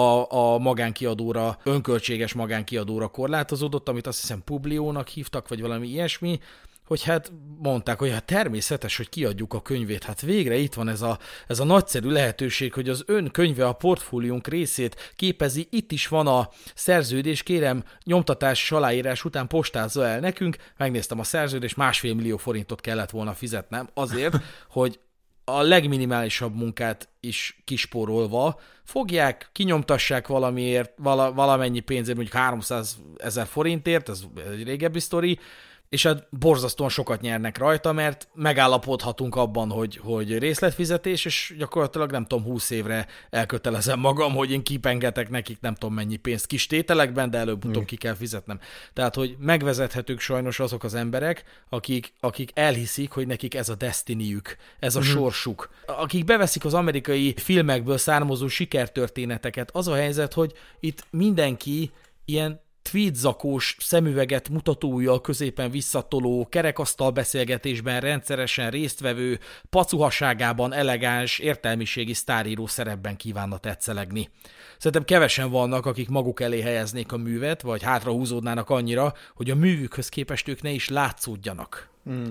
a magánkiadóra, önköltséges magánkiadóra korlátozódott, amit azt hiszem Publiónak hívtak, vagy valami ilyesmi, hogy hát mondták, hogy hát természetes, hogy kiadjuk a könyvét. Hát végre itt van ez a nagyszerű lehetőség, hogy az ön könyve a portfóliónk részét képezi. Itt is van a szerződés, kérem, nyomtatás, aláírás után postázza el nekünk. Megnéztem a szerződést, 1,5 millió forintot kellett volna fizetnem azért, hogy a legminimálisabb munkát is kispórolva fogják, kinyomtassák valamiért, valamennyi pénzért, mondjuk 300 000 forintért, ez egy régebbi sztori, és hát borzasztóan sokat nyernek rajta, mert megállapodhatunk abban, hogy részletfizetés, és gyakorlatilag nem tudom, 20 évre elkötelezem magam, hogy én kipengetek nekik nem tudom mennyi pénzt kis tételekben, de előbb-utóbb ki kell fizetnem. Tehát, hogy megvezethetők sajnos azok az emberek, akik elhiszik, hogy nekik ez a destinyjük, ez a sorsuk. Akik beveszik az amerikai filmekből származó sikertörténeteket, az a helyzet, hogy itt mindenki ilyen tweedzakós szemüveget mutatóujjal középen visszatoló, kerekasztal beszélgetésben rendszeresen résztvevő, pacuhaságában elegáns, értelmiségi sztáríró szerepben kívánna tetszelegni. Szerintem kevesen vannak, akik maguk elé helyeznék a művet, vagy hátrahúzódnának annyira, hogy a művükhöz képest ők ne is látszódjanak.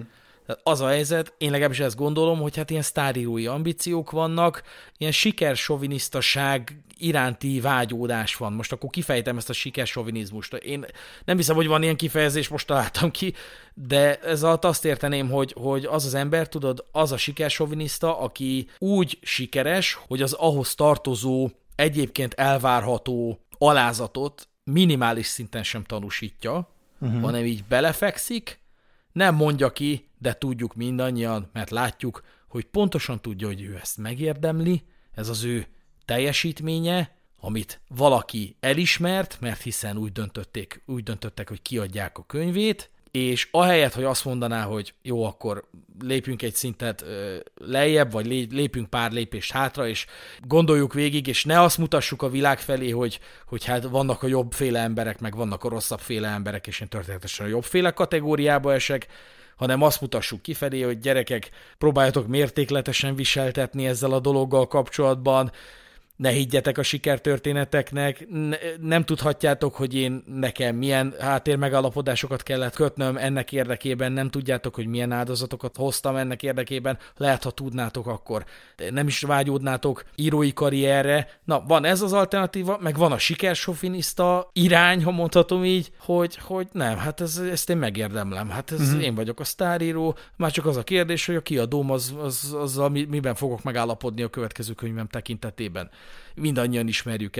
Az a helyzet, én legalábbis ezt gondolom, hogy hát ilyen sztárírói ambíciók vannak, ilyen sikersovinisztaság iránti vágyódás van. Most akkor kifejtem ezt a sikersovinizmust. Én nem hiszem, hogy van ilyen kifejezés, most találtam ki, de ez alatt azt érteném, hogy az az ember, tudod, az a sikersoviniszta, aki úgy sikeres, hogy az ahhoz tartozó, egyébként elvárható alázatot minimális szinten sem tanúsítja, hanem így belefekszik, nem mondja ki, de tudjuk mindannyian, mert látjuk, hogy pontosan tudja, hogy ő ezt megérdemli, ez az ő teljesítménye, amit valaki elismert, mert hiszen úgy döntöttek, hogy kiadják a könyvét, és ahelyett, hogy azt mondaná, hogy jó, akkor lépjünk egy szintet lejjebb, vagy lépjünk pár lépést hátra, és gondoljuk végig, és ne azt mutassuk a világ felé, hogy hát vannak a jobbféle emberek, meg vannak a rosszabbféle emberek, és én történetesen a jobbféle kategóriába esek, hanem azt mutassuk kifelé, hogy gyerekek, próbáljatok mértékletesen viseltetni ezzel a dologgal kapcsolatban, ne higgyetek a sikertörténeteknek, nem tudhatjátok, hogy nekem milyen háttérmegállapodásokat kellett kötnöm ennek érdekében, nem tudjátok, hogy milyen áldozatokat hoztam ennek érdekében, lehet, ha tudnátok, akkor nem is vágyódnátok írói karrierre. Na, van ez az alternatíva, meg van a sikersofiniszta irány, ha mondhatom így, hogy nem, hát ezt én megérdemlem, hát én vagyok a sztáríró, már csak az a kérdés, hogy a kiadóm azzal miben fogok megállapodni a következő könyvem tekintetében. Mindannyian ismerjük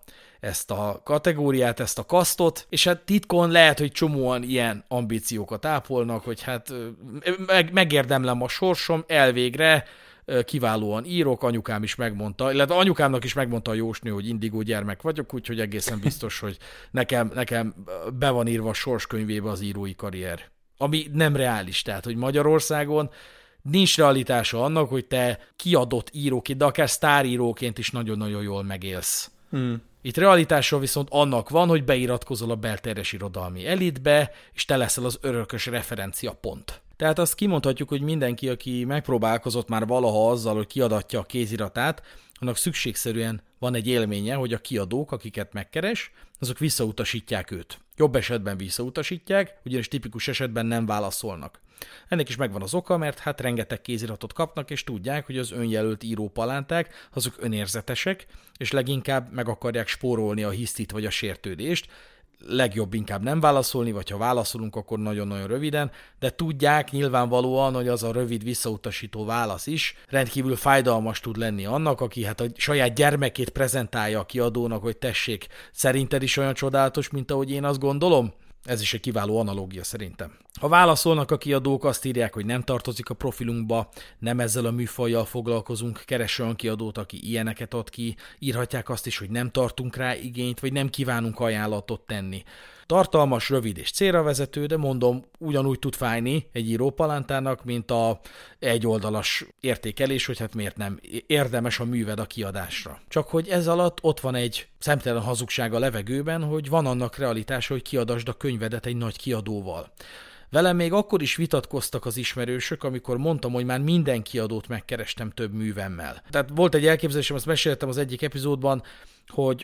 ezt a kategóriát, ezt a kasztot, és hát titkon lehet, hogy csomóan ilyen ambíciókat ápolnak, hogy hát megérdemlem a sorsom, elvégre kiválóan írok, anyukám is megmondta, illetve anyukámnak is megmondta a jósnő, hogy indigó gyermek vagyok, úgyhogy egészen biztos, hogy nekem be van írva a sorskönyvébe az írói karrier. Ami nem reális, tehát, hogy Magyarországon nincs realitása annak, hogy te kiadott íróként, de akár sztáríróként is nagyon-nagyon jól megélsz. Itt realitása viszont annak van, hogy beiratkozol a belterjes irodalmi elitbe, és te leszel az örökös referencia pont. Tehát azt kimondhatjuk, hogy mindenki, aki megpróbálkozott már valaha azzal, hogy kiadatja a kéziratát, annak szükségszerűen van egy élménye, hogy a kiadók, akiket megkeres, azok visszautasítják őt. Jobb esetben visszautasítják, ugyanis tipikus esetben nem válaszolnak. Ennek is megvan az oka, mert hát rengeteg kéziratot kapnak, és tudják, hogy az önjelölt írópalánták, azok önérzetesek, és leginkább meg akarják spórolni a hisztit vagy a sértődést. Legjobb inkább nem válaszolni, vagy ha válaszolunk, akkor nagyon-nagyon röviden, de tudják nyilvánvalóan, hogy az a rövid visszautasító válasz is rendkívül fájdalmas tud lenni annak, aki hát a saját gyermekét prezentálja a kiadónak, hogy tessék, szerinted is olyan csodálatos, mint ahogy én azt gondolom? Ez is egy kiváló analógia szerintem. Ha válaszolnak a kiadók, azt írják, hogy nem tartozik a profilunkba, nem ezzel a műfajjal foglalkozunk, keres olyan kiadót, aki ilyeneket ad ki, írhatják azt is, hogy nem tartunk rá igényt, vagy nem kívánunk ajánlatot tenni. Tartalmas, rövid és célra vezető, de mondom, ugyanúgy tud fájni egy írópalántának, mint a egyoldalas értékelés, hogy hát miért nem érdemes a műved a kiadásra. Csak hogy ez alatt ott van egy szemtelen hazugság a levegőben, hogy van annak realitása, hogy kiadasd a könyvedet egy nagy kiadóval. Velem még akkor is vitatkoztak az ismerősök, amikor mondtam, hogy már minden kiadót megkerestem több művemmel. Tehát volt egy elképzelésem, azt meséltem az egyik epizódban, hogy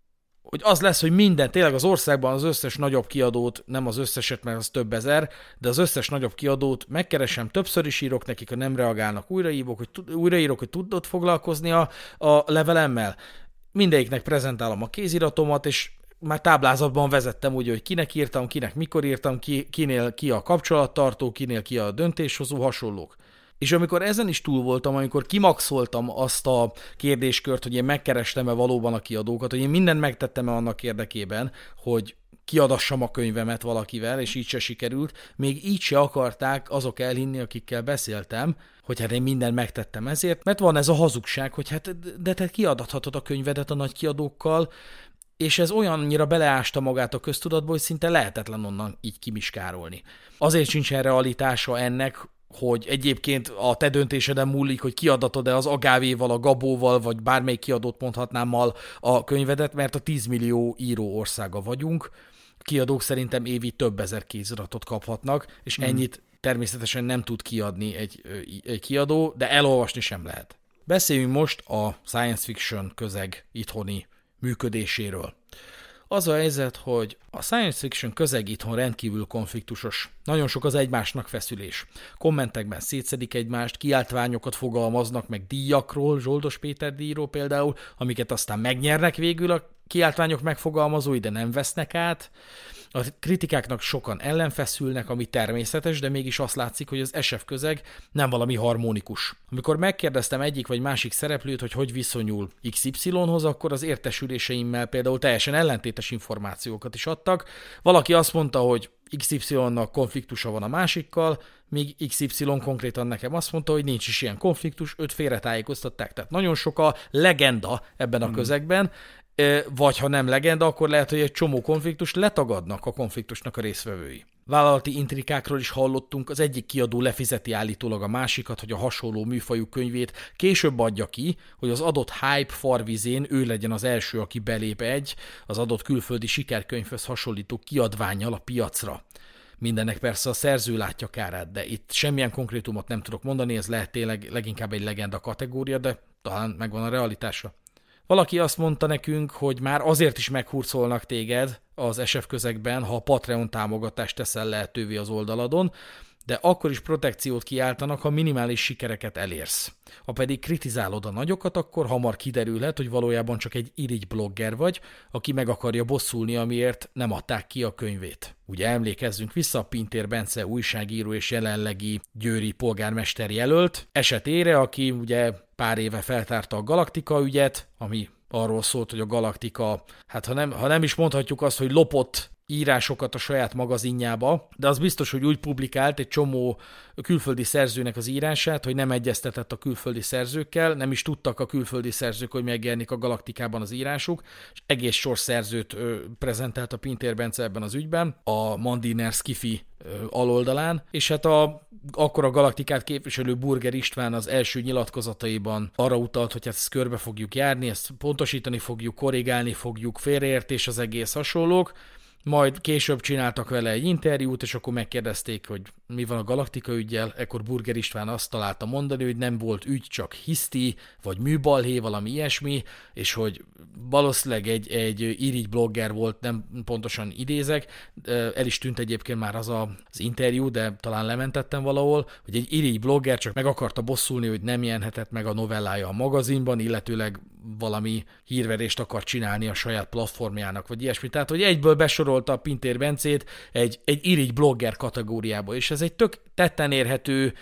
az lesz, hogy minden, tényleg az országban az összes nagyobb kiadót, nem az összeset, mert az több ezer, de az összes nagyobb kiadót megkeresem, többször is írok nekik, ha nem reagálnak, újraírok, hogy tudod foglalkozni a levelemmel. Mindegyiknek prezentálom a kéziratomat, és már táblázatban vezettem úgy, hogy kinek írtam, kinek mikor írtam, kinél ki a kapcsolattartó, kinél ki a döntéshozó, hasonlók. És amikor ezen is túl voltam, amikor kimaxoltam azt a kérdéskört, hogy én megkerestem-e valóban a kiadókat, hogy én mindent megtettem-e annak érdekében, hogy kiadassam a könyvemet valakivel, és így se sikerült, még így se akarták azok elhinni, akikkel beszéltem, hogy hát én mindent megtettem ezért, mert van ez a hazugság, hogy hát de te kiadathatod a könyvedet a nagy kiadókkal, és ez olyannyira beleásta magát a köztudatba, hogy szinte lehetetlen onnan így kimiskárolni. Azért sincsen realitása ennek, hogy egyébként a te döntéseden múlik, hogy kiadatod-e az Agávéval, a Gabóval, vagy bármelyik kiadót mondhatnám a könyvedet, mert a 10 millió író országa vagyunk. kiadók szerintem évi több ezer kéziratot kaphatnak, és ennyit természetesen nem tud kiadni egy kiadó, de elolvasni sem lehet. Beszéljünk most a science fiction közeg itthoni működéséről. Az a helyzet, hogy a science fiction közeg itthon rendkívül konfliktusos. Nagyon sok az egymásnak feszülés. Kommentekben szétszedik egymást, kiáltványokat fogalmaznak meg díjakról, Zsoldos Péter díjról például, amiket aztán megnyernek végül a kiáltványok megfogalmazói, de nem vesznek át. A kritikáknak sokan ellenfeszülnek, ami természetes, de mégis azt látszik, hogy az SF közeg nem valami harmonikus. Amikor megkérdeztem egyik vagy másik szereplőt, hogy viszonyul XY-hoz, akkor az értesüléseimmel például teljesen ellentétes információkat is adtak. Valaki azt mondta, hogy XY-nak konfliktusa van a másikkal, míg XY konkrétan nekem azt mondta, hogy nincs is ilyen konfliktus, őt félretájékoztatták. Tehát nagyon sok a legenda ebben a közegben, vagy ha nem legenda, akkor lehet, hogy egy csomó konfliktust letagadnak a konfliktusnak a résztvevői. Vállalati intrikákról is hallottunk, az egyik kiadó lefizeti állítólag a másikat, hogy a hasonló műfajú könyvét később adja ki, hogy az adott hype farvizén ő legyen az első, aki belép az adott külföldi sikerkönyvhöz hasonlító kiadvánnyal a piacra. Mindennek persze a szerző látja kárát, de itt semmilyen konkrétumot nem tudok mondani, ez lehet tényleg leginkább egy legenda kategória, de talán megvan a realitása. Valaki azt mondta nekünk, hogy már azért is meghurcolnak téged az SF közegben, ha a Patreon támogatást teszel lehetővé az oldaladon, de akkor is protekciót kiáltanak, ha minimális sikereket elérsz. Ha pedig kritizálod a nagyokat, akkor hamar kiderülhet, hogy valójában csak egy irigy blogger vagy, aki meg akarja bosszulni, amiért nem adták ki a könyvét. Ugye emlékezzünk vissza a Pintér Bence újságíró és jelenlegi győri polgármester jelölt esetére, aki ugye pár éve feltárta a Galaktika ügyet, ami arról szólt, hogy a Galaktika, hát ha nem is mondhatjuk azt, hogy lopott írásokat a saját magazinjába, de az biztos, hogy úgy publikált egy csomó külföldi szerzőnek az írását, hogy nem egyeztetett a külföldi szerzőkkel, nem is tudtak a külföldi szerzők, hogy megjelenik a Galaktikában az írásuk, és egész sor szerzőt prezentált a Pintér Bence ebben az ügyben, a Mandiner Skifi aloldalán, és hát akkor a Galaktikát képviselő Burger István az első nyilatkozataiban arra utalt, hogy ezt körbe fogjuk járni, ezt pontosítani fogjuk, korrigálni fogjuk, félreértés az egész hasonlók. Majd később csináltak vele egy interjút, és akkor megkérdezték, hogy mi van a Galaktika üggyel, ekkor Burger István azt találta mondani, hogy nem volt ügy, csak hiszti, vagy műbalhé, valami ilyesmi, és hogy valószínűleg egy irigy blogger volt, nem pontosan idézek, el is tűnt egyébként már az interjú, de talán lementettem valahol, hogy egy irigy blogger csak meg akarta bosszulni, hogy nem jelenhetett meg a novellája a magazinban, illetőleg valami hírverést akar csinálni a saját platformjának, vagy ilyesmi. Tehát, hogy egyből besorolta a Pintér Bencét egy irigy blogger kategóriába, és ez egy tök tetten érhető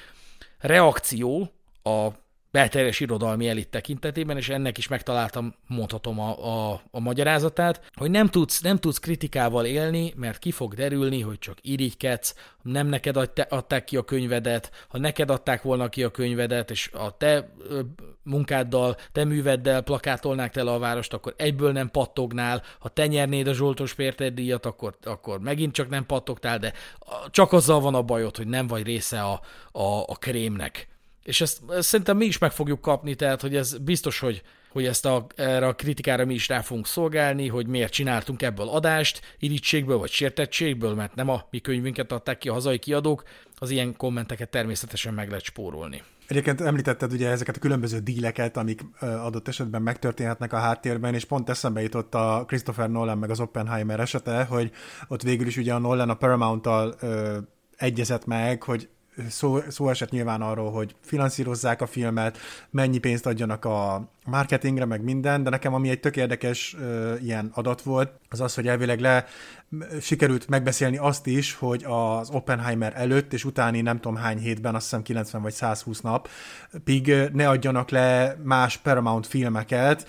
reakció a belterjes irodalmi elit tekintetében, és ennek is megtaláltam, mondhatom a magyarázatát, hogy nem tudsz kritikával élni, mert ki fog derülni, hogy csak irigykedsz, nem neked adták ki a könyvedet, ha neked adták volna ki a könyvedet, és a te munkáddal, te műveddel plakátolnák tele a várost, akkor egyből nem pattognál, ha te nyernéd a Zsoltos Péter díjat, akkor megint csak nem pattogtál, de csak azzal van a bajod, hogy nem vagy része a krémnek. És ezt szerintem mi is meg fogjuk kapni, tehát hogy ez biztos, hogy erre a kritikára mi is rá fogunk szolgálni, hogy miért csináltunk ebből adást, irigységből vagy sértettségből, mert nem a mi könyvünket adták ki a hazai kiadók, az ilyen kommenteket természetesen meg lehet spórolni. Egyébként említetted ugye ezeket a különböző díleket, amik adott esetben megtörténhetnek a háttérben, és pont eszembe jutott a Christopher Nolan meg az Oppenheimer esete, hogy ott végül is ugye a Nolan a Paramount-tal egyezett meg, hogy szó esett nyilván arról, hogy finanszírozzák a filmet, mennyi pénzt adjanak a marketingre, meg minden, de nekem ami egy tök érdekes ilyen adat volt, az az, hogy elvileg sikerült megbeszélni azt is, hogy az Oppenheimer előtt és utáni nem tudom hány hétben, azt hiszem 90 vagy 120 napig ne adjanak le más Paramount filmeket.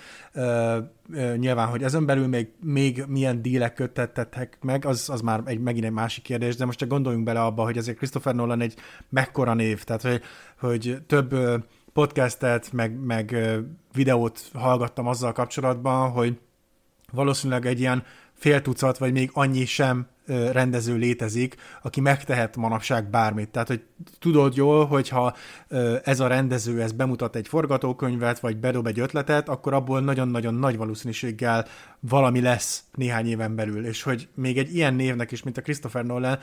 Nyilván, hogy ezen belül még milyen dílek köttettek meg, az már megint egy másik kérdés, de most csak gondoljunk bele abba, hogy azért Christopher Nolan egy mekkora név, tehát hogy több podcastet, meg videót hallgattam azzal kapcsolatban, hogy valószínűleg egy ilyen fél tucat, vagy még annyi sem rendező létezik, aki megtehet manapság bármit. Tehát, hogy tudod jól, hogyha ez a rendező ez bemutat egy forgatókönyvet, vagy bedob egy ötletet, akkor abból nagyon-nagyon nagy valószínűséggel valami lesz néhány éven belül. És hogy még egy ilyen névnek is, mint a Christopher Nolan,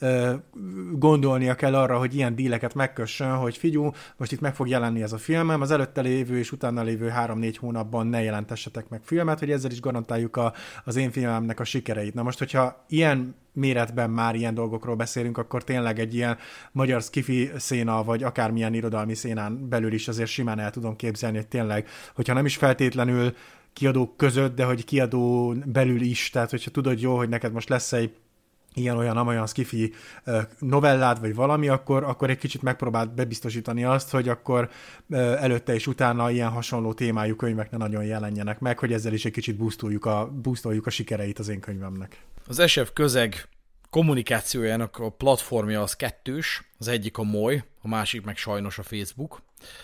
gondolnia kell arra, hogy ilyen díleket megkössön, hogy figyú, most itt meg fog jelenni ez a filmem, az előtte lévő és utána lévő 3-4 hónapban ne jelentessetek meg filmet, hogy ezzel is garantáljuk az én filmemnek a sikereit. Na most, hogyha ilyen méretben már ilyen dolgokról beszélünk, akkor tényleg egy ilyen magyar sci-fi széna, vagy akármilyen irodalmi szénán belül is azért simán el tudom képzelni, hogy tényleg, hogyha nem is feltétlenül kiadók között, de hogy kiadó belül is, tehát hogyha tudod jó, hogy neked most lesz egy ilyen-olyan sci-fi novellád, vagy valami, akkor egy kicsit megpróbáld bebiztosítani azt, hogy akkor előtte és utána ilyen hasonló témájú könyvek ne nagyon jelenjenek meg, hogy ezzel is egy kicsit boostoljuk a sikereit az én könyvemnek. Az SF közeg kommunikációjának a platformja az kettős, az egyik a Moly, a másik meg sajnos a Facebook.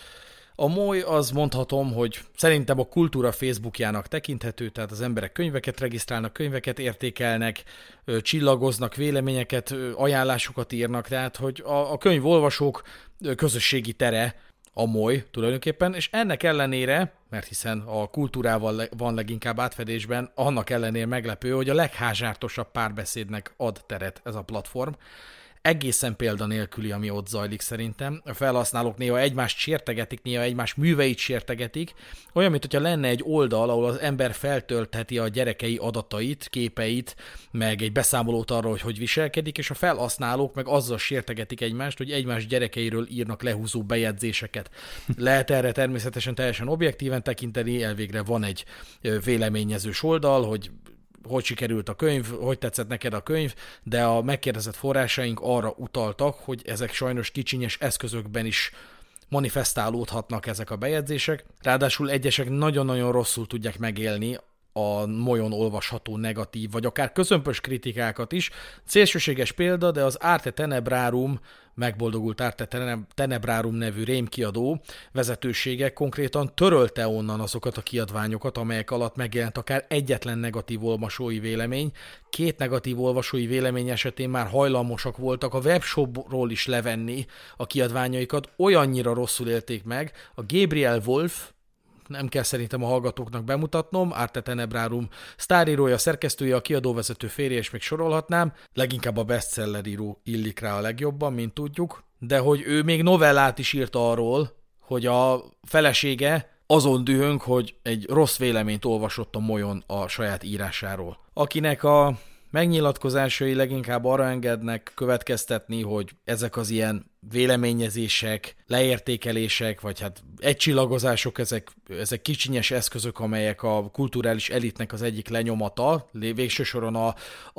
A Moly az mondhatom, hogy szerintem a kultúra Facebookjának tekinthető, tehát az emberek könyveket regisztrálnak, könyveket értékelnek, csillagoznak, véleményeket, ajánlásokat írnak, tehát hogy a könyvolvasók közösségi tere a Moly tulajdonképpen, és ennek ellenére, mert hiszen a kultúrával van leginkább átfedésben, annak ellenére meglepő, hogy a legházsártosabb párbeszédnek ad teret ez a platform. Egészen példanélküli, ami ott zajlik szerintem. A felhasználók néha egymást sértegetik, néha egymás műveit sértegetik. Olyan, mint hogyha lenne egy oldal, ahol az ember feltöltheti a gyerekei adatait, képeit, meg egy beszámolót arról, hogy viselkedik, és a felhasználók meg azzal sértegetik egymást, hogy egymás gyerekeiről írnak lehúzó bejegyzéseket. Lehet erre természetesen teljesen objektíven tekinteni, elvégre van egy véleményezős oldal, hogy sikerült a könyv, hogy tetszett neked a könyv, de a megkérdezett forrásaink arra utaltak, hogy ezek sajnos kicsinyes eszközökben is manifestálódhatnak ezek a bejegyzések. Ráadásul egyesek nagyon-nagyon rosszul tudják megélni a molyon olvasható negatív, vagy akár közömpös kritikákat is. Szélsőséges példa, de az Arte Tenebrarum, megboldogult Arte Tenebrarum nevű rémkiadó vezetősége konkrétan törölte onnan azokat a kiadványokat, amelyek alatt megjelent akár egyetlen negatív olvasói vélemény. 2 negatív olvasói vélemény esetén már hajlamosak voltak a webshopról is levenni a kiadványaikat, olyannyira rosszul élték meg. A Gabriel Wolf, nem kell szerintem a hallgatóknak bemutatnom, Arte Tenebrarum sztárírója, szerkesztője, a kiadóvezető férje, és még sorolhatnám, leginkább a bestseller író illik rá a legjobban, mint tudjuk, de hogy ő még novellát is írt arról, hogy a felesége azon dühöng, hogy egy rossz véleményt olvasott a molyon a saját írásáról. Akinek a megnyilatkozásai leginkább arra engednek következtetni, hogy ezek az ilyen véleményezések, leértékelések, vagy hát egycsillagozások, ezek kicsinyes eszközök, amelyek a kulturális elitnek az egyik lenyomata, végső soron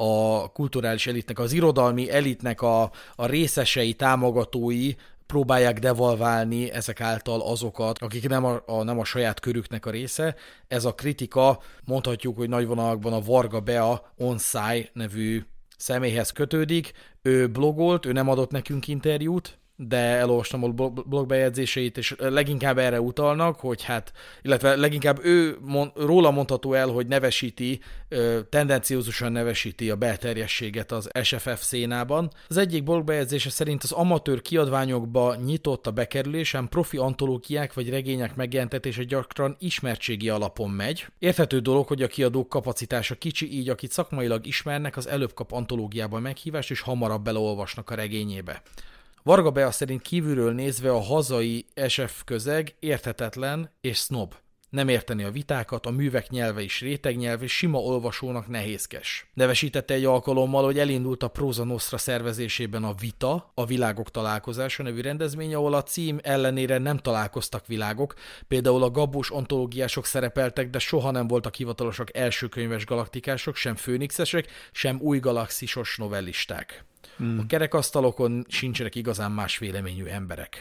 a kulturális elitnek, az irodalmi elitnek a részesei, támogatói próbálják devalválni ezek által azokat, akik nem a saját körüknek a része. Ez a kritika, mondhatjuk, hogy nagy vonalakban a Varga Bea Onsai nevű személyhez kötődik. Ő blogolt, ő nem adott nekünk interjút, de elolvastam a blogbejegyzéseit, és leginkább erre utalnak, hogy hát, illetve leginkább róla mondható el, hogy tendenciózusan nevesíti a belterjességet az SFF szénában. Az egyik blogbejegyzése szerint az amatőr kiadványokba nyitott a bekerülés, ám profi antológiák vagy regények megjelentetése gyakran ismertségi alapon megy. Érthető dolog, hogy a kiadók kapacitása kicsi, így akit szakmailag ismernek, az előbb kap antológiában meghívást, és hamarabb beleolvasnak a regényébe. Varga Bea szerint kívülről nézve a hazai SF közeg érthetetlen és sznob. Nem érteni a vitákat, a művek nyelve is rétegnyelv, és sima olvasónak nehézkes. Nevesítette egy alkalommal, hogy elindult a Próza Nostra szervezésében a Vita, a Világok találkozása nevű rendezvény, ahol a cím ellenére nem találkoztak világok. Például a gabós antológiások szerepeltek, de soha nem voltak hivatalosak elsőkönyves galaktikások, sem főnixesek, sem új galaxisos novellisták. A kerekasztalokon sincsenek igazán más véleményű emberek.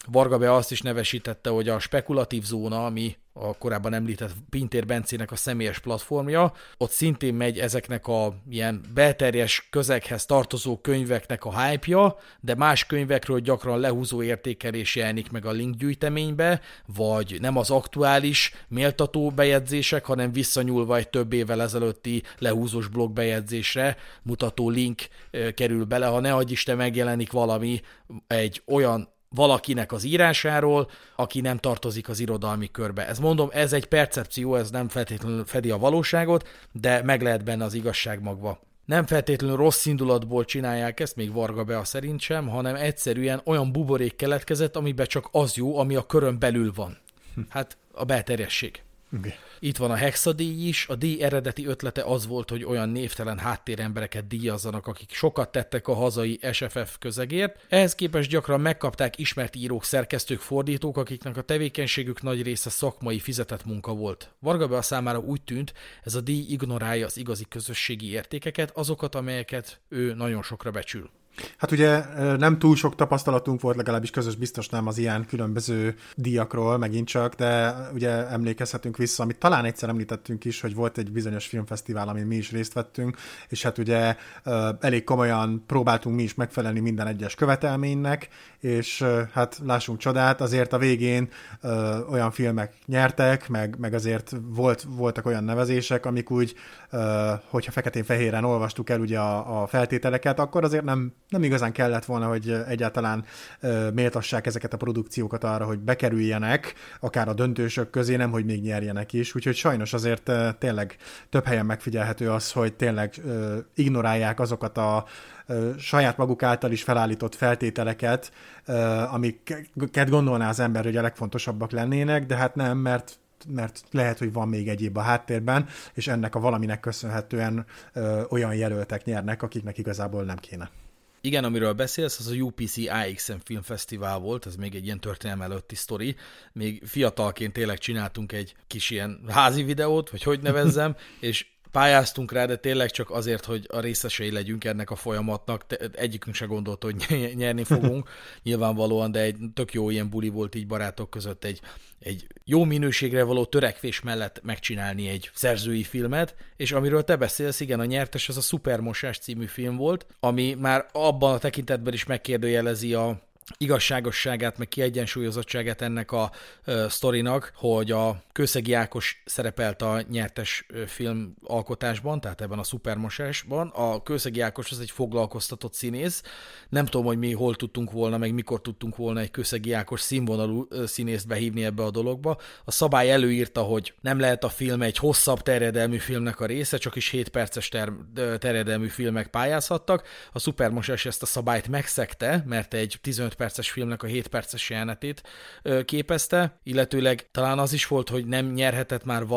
Varga Bea azt is nevesítette, hogy a spekulatív zóna, ami a korábban említett Pintér Bencének a személyes platformja, ott szintén megy ezeknek a ilyen belterjes közeghez tartozó könyveknek a hype-ja, de más könyvekről gyakran lehúzó értékelés jelenik meg a linkgyűjteménybe, vagy nem az aktuális méltató bejegyzések, hanem visszanyúlva egy több évvel ezelőtti lehúzós blogbejegyzésre mutató link kerül bele, ha ne adj Isten megjelenik valami egy olyan valakinek az írásáról, aki nem tartozik az irodalmi körbe. Ez egy percepció, ez nem feltétlenül fedi a valóságot, de meg lehet benne az igazság magva. Nem feltétlenül rossz indulatból csinálják ezt, még Varga Bea szerint sem, hanem egyszerűen olyan buborék keletkezett, amiben csak az jó, ami a körön belül van. Hát a belterjesség. Okay. Itt van a hexadíj is. A díj eredeti ötlete az volt, hogy olyan névtelen háttérembereket díjazzanak, akik sokat tettek a hazai SFF közegért. Ehhez képest gyakran megkapták ismert írók, szerkesztők, fordítók, akiknek a tevékenységük nagy része szakmai fizetett munka volt. Varga Bea számára úgy tűnt, ez a díj ignorálja az igazi közösségi értékeket, azokat, amelyeket ő nagyon sokra becsül. Hát ugye nem túl sok tapasztalatunk volt, legalábbis közös biztos nem az ilyen különböző díjakról megint csak, de ugye emlékezhetünk vissza, amit talán egyszer említettünk is, hogy volt egy bizonyos filmfesztivál, amin mi is részt vettünk, és hát ugye elég komolyan próbáltunk mi is megfelelni minden egyes követelménynek, és hát lássunk csodát, azért a végén olyan filmek nyertek, meg azért voltak olyan nevezések, amik úgy, hogyha feketén-fehéren olvastuk el ugye a feltételeket, akkor azért nem igazán kellett volna, hogy egyáltalán méltassák ezeket a produkciókat arra, hogy bekerüljenek, akár a döntősök közé, nem, hogy még nyerjenek is. Úgyhogy sajnos azért tényleg több helyen megfigyelhető az, hogy tényleg ignorálják azokat a saját maguk által is felállított feltételeket, amiket gondolná az ember, hogy a legfontosabbak lennének, de hát nem, mert lehet, hogy van még egyéb a háttérben, és ennek a valaminek köszönhetően olyan jelöltek nyernek, akiknek igazából nem kéne. Igen, amiről beszélsz, az a UPC AXN Filmfesztivál volt, ez még egy ilyen történelem előtti sztori. Még fiatalként tényleg csináltunk egy kis ilyen házi videót, vagy hogy nevezzem, és pályáztunk rá, de tényleg csak azért, hogy a részesei legyünk ennek a folyamatnak. Egyikünk se gondolt, hogy nyerni fogunk, nyilvánvalóan, de egy tök jó ilyen buli volt így barátok között egy jó minőségre való törekvés mellett megcsinálni egy szerzői filmet, és amiről te beszélsz, igen, a nyertes az a Szupermosás című film volt, ami már abban a tekintetben is megkérdőjelezi a igazságosságát, meg kiegyensúlyozottságát ennek a sztorinak, hogy a Kőszegi Ákos szerepelt a nyertes filmalkotásban, tehát ebben a Szupermosásban. A Kőszegi Ákos az egy foglalkoztatott színész. Nem tudom, hogy mi hol tudtunk volna, meg mikor tudtunk volna egy Kőszegi Ákos színvonalú színészt behívni ebbe a dologba. A szabály előírta, hogy nem lehet a film egy hosszabb terjedelmű filmnek a része, csak is 7 perces terjedelmű filmek pályázhattak. A Szupermosás ezt a szabályt megszegte, mert egy 15 perces filmnek a 7 perces jelenetét képezte, illetőleg talán az is volt, hogy nem nyerhetett már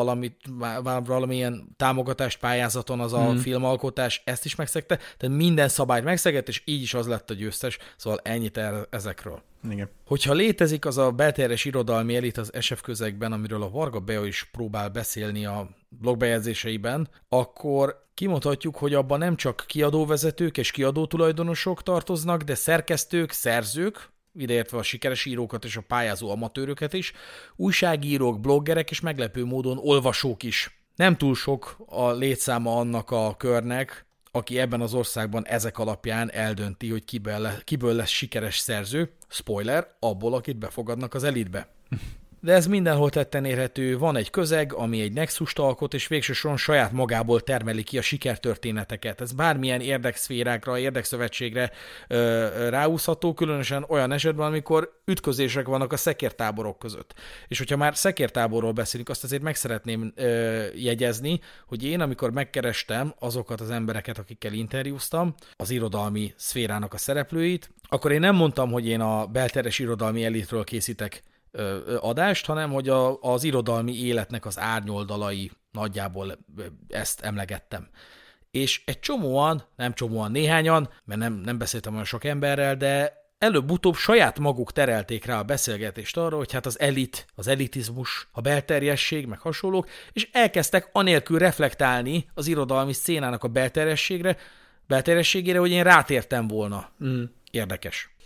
valamilyen támogatást pályázaton az a filmalkotás, ezt is megszegte, tehát minden szabályt megszegett, és így is az lett a győztes, szóval ennyit ezekről. Igen. Hogyha létezik az a belterjes irodalmi elit az SF közegben, amiről a Varga Bea is próbál beszélni a blogbejegyzéseiben, akkor kimondhatjuk, hogy abban nem csak kiadóvezetők és kiadótulajdonosok tartoznak, de szerkesztők, szerzők, ideértve a sikeres írókat és a pályázó amatőröket is, újságírók, bloggerek és meglepő módon olvasók is. Nem túl sok a létszáma annak a körnek, aki ebben az országban ezek alapján eldönti, hogy kiből lesz sikeres szerző, spoiler, abból, akit befogadnak az elitbe. De ez mindenhol tetten érhető, van egy közeg, ami egy nexust alkot, és végső soron saját magából termeli ki a sikertörténeteket. Ez bármilyen érdekszférákra, érdekszövetségre ráúszható, különösen olyan esetben, amikor ütközések vannak a szekértáborok között. És hogyha már szekértáborról beszélünk, azt azért meg szeretném jegyezni, hogy én, amikor megkerestem azokat az embereket, akikkel interjúztam, az irodalmi szférának a szereplőit, akkor én nem mondtam, hogy én a belterjes irodalmi elitről készítek adást, hanem hogy az irodalmi életnek az árnyoldalai, nagyjából ezt emlegettem. És egy csomóan, nem csomóan, néhányan, mert nem beszéltem olyan sok emberrel, de előbb-utóbb saját maguk terelték rá a beszélgetést arra, hogy hát az elit, az elitizmus, a belterjesség, meg hasonlók, és elkezdtek anélkül reflektálni az irodalmi szcénának a belterjességére, hogy én rátértem volna. Érdekes.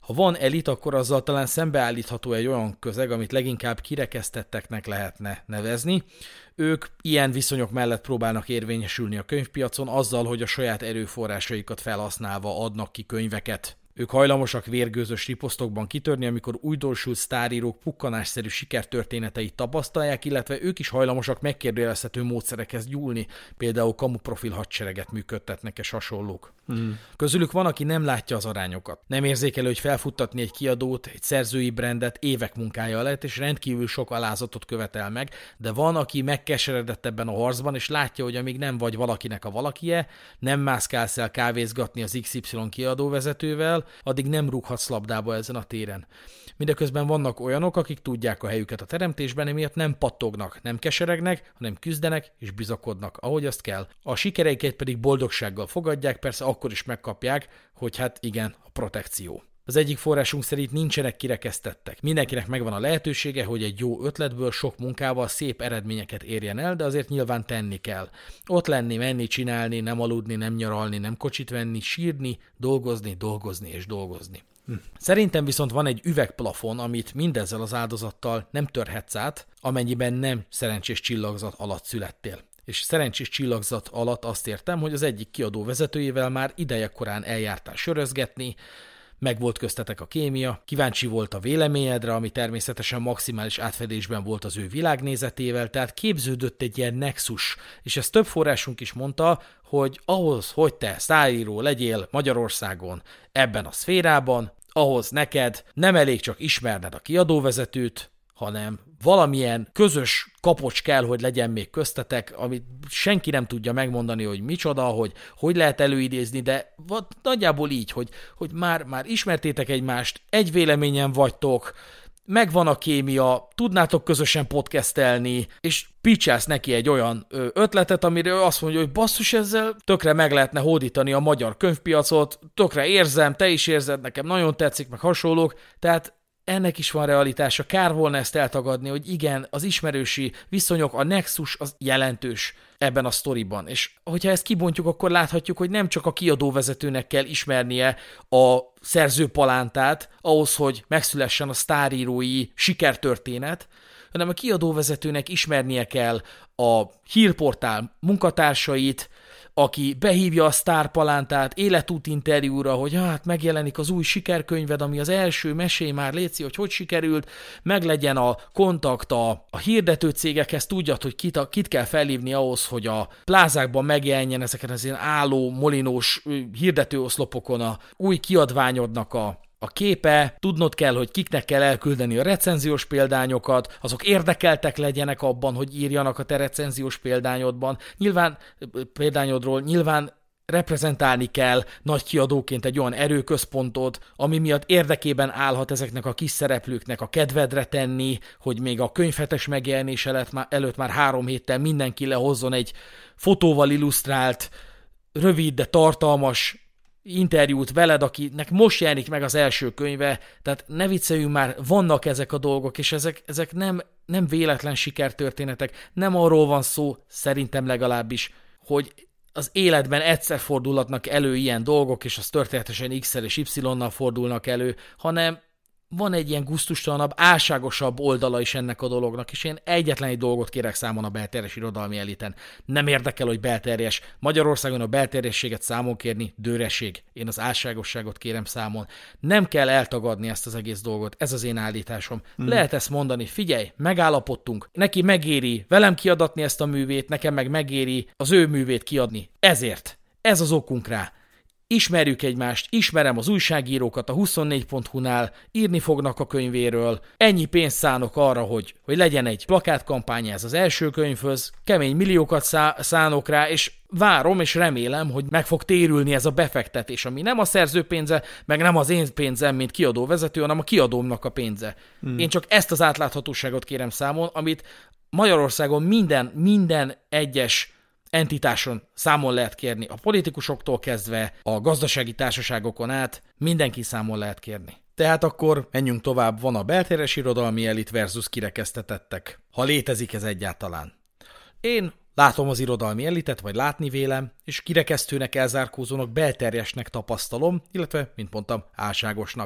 Ha van elit, akkor azzal talán szembeállítható egy olyan közeg, amit leginkább kirekesztetteknek lehetne nevezni. Ők ilyen viszonyok mellett próbálnak érvényesülni a könyvpiacon azzal, hogy a saját erőforrásaikat felhasználva adnak ki könyveket. Ők hajlamosak vérgőzös riposztokban kitörni, amikor újdonsült sztárírók pukkanásszerű sikertörténeteit tapasztalják, illetve ők is hajlamosak megkérdőjelezhető módszerekhez nyúlni, például kamuprofil hadsereget működtetnek és hasonlók. Közülük van, aki nem látja az arányokat. Nem érzékelő, hogy felfuttatni egy kiadót, egy szerzői brandet évek munkája lett, és rendkívül sok alázatot követel meg, de van, aki megkeseredett ebben a harcban, és látja, hogy amíg nem vagy valakinek a valakije, nem mászkálsz el kávézgatni az XY kiadóvezetővel, addig nem rúghatsz labdába ezen a téren. Mindeközben vannak olyanok, akik tudják a helyüket a teremtésben, emiatt nem pattognak, nem keseregnek, hanem küzdenek és bizakodnak, ahogy azt kell. A sikereiket pedig boldogsággal fogadják, persze akkor is megkapják, hogy hát igen, a protekció. Az egyik forrásunk szerint nincsenek kirekesztettek. Mindenkinek megvan a lehetősége, hogy egy jó ötletből sok munkával szép eredményeket érjen el, de azért nyilván tenni kell. Ott lenni, menni, csinálni, nem aludni, nem nyaralni, nem kocsit venni, sírni, dolgozni és dolgozni. Szerintem viszont van egy üvegplafon, amit mindezzel az áldozattal nem törhetsz át, amennyiben nem szerencsés csillagzat alatt születtél. És szerencsés csillagzat alatt azt értem, hogy az egyik kiadó vezetőjével már ideje korán eljártál sörözgetni, meg volt köztetek a kémia, kíváncsi volt a véleményedre, ami természetesen maximális átfedésben volt az ő világnézetével, tehát képződött egy ilyen nexus, és ezt több forrásunk is mondta, hogy ahhoz, hogy te sztáríró legyél Magyarországon ebben a szférában, ahhoz neked nem elég csak ismerned a kiadóvezetőt, hanem valamilyen közös kapocs kell, hogy legyen még köztetek, amit senki nem tudja megmondani, hogy micsoda, hogy lehet előidézni, de nagyjából így, hogy már ismertétek egymást, egy véleményen vagytok, megvan a kémia, tudnátok közösen podcastelni, és pitchelsz neki egy olyan ötletet, amire azt mondja, hogy basszus, ezzel tökre meg lehetne hódítani a magyar könyvpiacot, tökre érzem, te is érzed, nekem nagyon tetszik, meg hasonlók, tehát ennek is van realitása, kár volna ezt eltagadni, hogy igen, az ismerősi viszonyok, a nexus az jelentős ebben a sztoriban. És hogyha ezt kibontjuk, akkor láthatjuk, hogy nem csak a kiadóvezetőnek kell ismernie a szerzőpalántát ahhoz, hogy megszülessen a sztárírói sikertörténet, hanem a kiadóvezetőnek ismernie kell a hírportál munkatársait, aki behívja a sztárpalántát életútinterjúra, hogy hát megjelenik az új sikerkönyved, ami az első, mesélj már, léci, hogy sikerült, meglegyen a kontakt a hirdető cégekhez, tudjad, hogy kit kell felhívni ahhoz, hogy a plázákban megjelenjen ezeken az ilyen álló, molinós hirdetőoszlopokon a új kiadványodnak a képe, tudnod kell, hogy kiknek kell elküldeni a recenziós példányokat, azok érdekeltek legyenek abban, hogy írjanak a te recenziós példányodról, nyilván reprezentálni kell nagy kiadóként egy olyan erőközpontot, ami miatt érdekében állhat ezeknek a kis szereplőknek a kedvedre tenni, hogy még a könyvhetes megjelenése előtt már 3 héttel mindenki lehozzon egy fotóval illusztrált, rövid, de tartalmas interjút veled, akinek most jelenik meg az első könyve, tehát ne vicceljünk már, vannak ezek a dolgok, és ezek nem véletlen sikertörténetek, nem arról van szó, szerintem legalábbis, hogy az életben egyszer fordulhatnak elő ilyen dolgok, és az történetesen X-el és Y-nal fordulnak elő, hanem van egy ilyen gusztustalanabb, álságosabb oldala is ennek a dolognak, és én egyetlen egy dolgot kérek számon a belterjes irodalmi eliten. Nem érdekel, hogy belterjes. Magyarországon a belterjességet számon kérni dőresség. Én az álságosságot kérem számon. Nem kell eltagadni ezt az egész dolgot. Ez az én állításom. Lehet ezt mondani, figyelj, megállapodtunk. Neki megéri velem kiadatni ezt a művét, nekem meg megéri az ő művét kiadni. Ezért. Ez az okunk rá. Ismerjük egymást, ismerem az újságírókat a 24.hu-nál, írni fognak a könyvéről, ennyi pénzt szánok arra, hogy legyen egy plakátkampány ez az első könyvhöz, kemény milliókat szánok rá, és várom és remélem, hogy meg fog térülni ez a befektetés, ami nem a szerző pénze, meg nem az én pénzem, mint kiadóvezető, hanem a kiadómnak a pénze. Én csak ezt az átláthatóságot kérem számon, amit Magyarországon minden egyes entitáson számon lehet kérni, a politikusoktól kezdve a gazdasági társaságokon át, mindenki számon lehet kérni. Tehát akkor menjünk tovább, van a belterjes irodalmi elit versus kirekesztetettek, ha létezik ez egyáltalán. Én látom az irodalmi elitet, vagy látni vélem, és kirekesztőnek, elzárkózónak, belterjesnek tapasztalom, illetve, mint mondtam, álságosnak.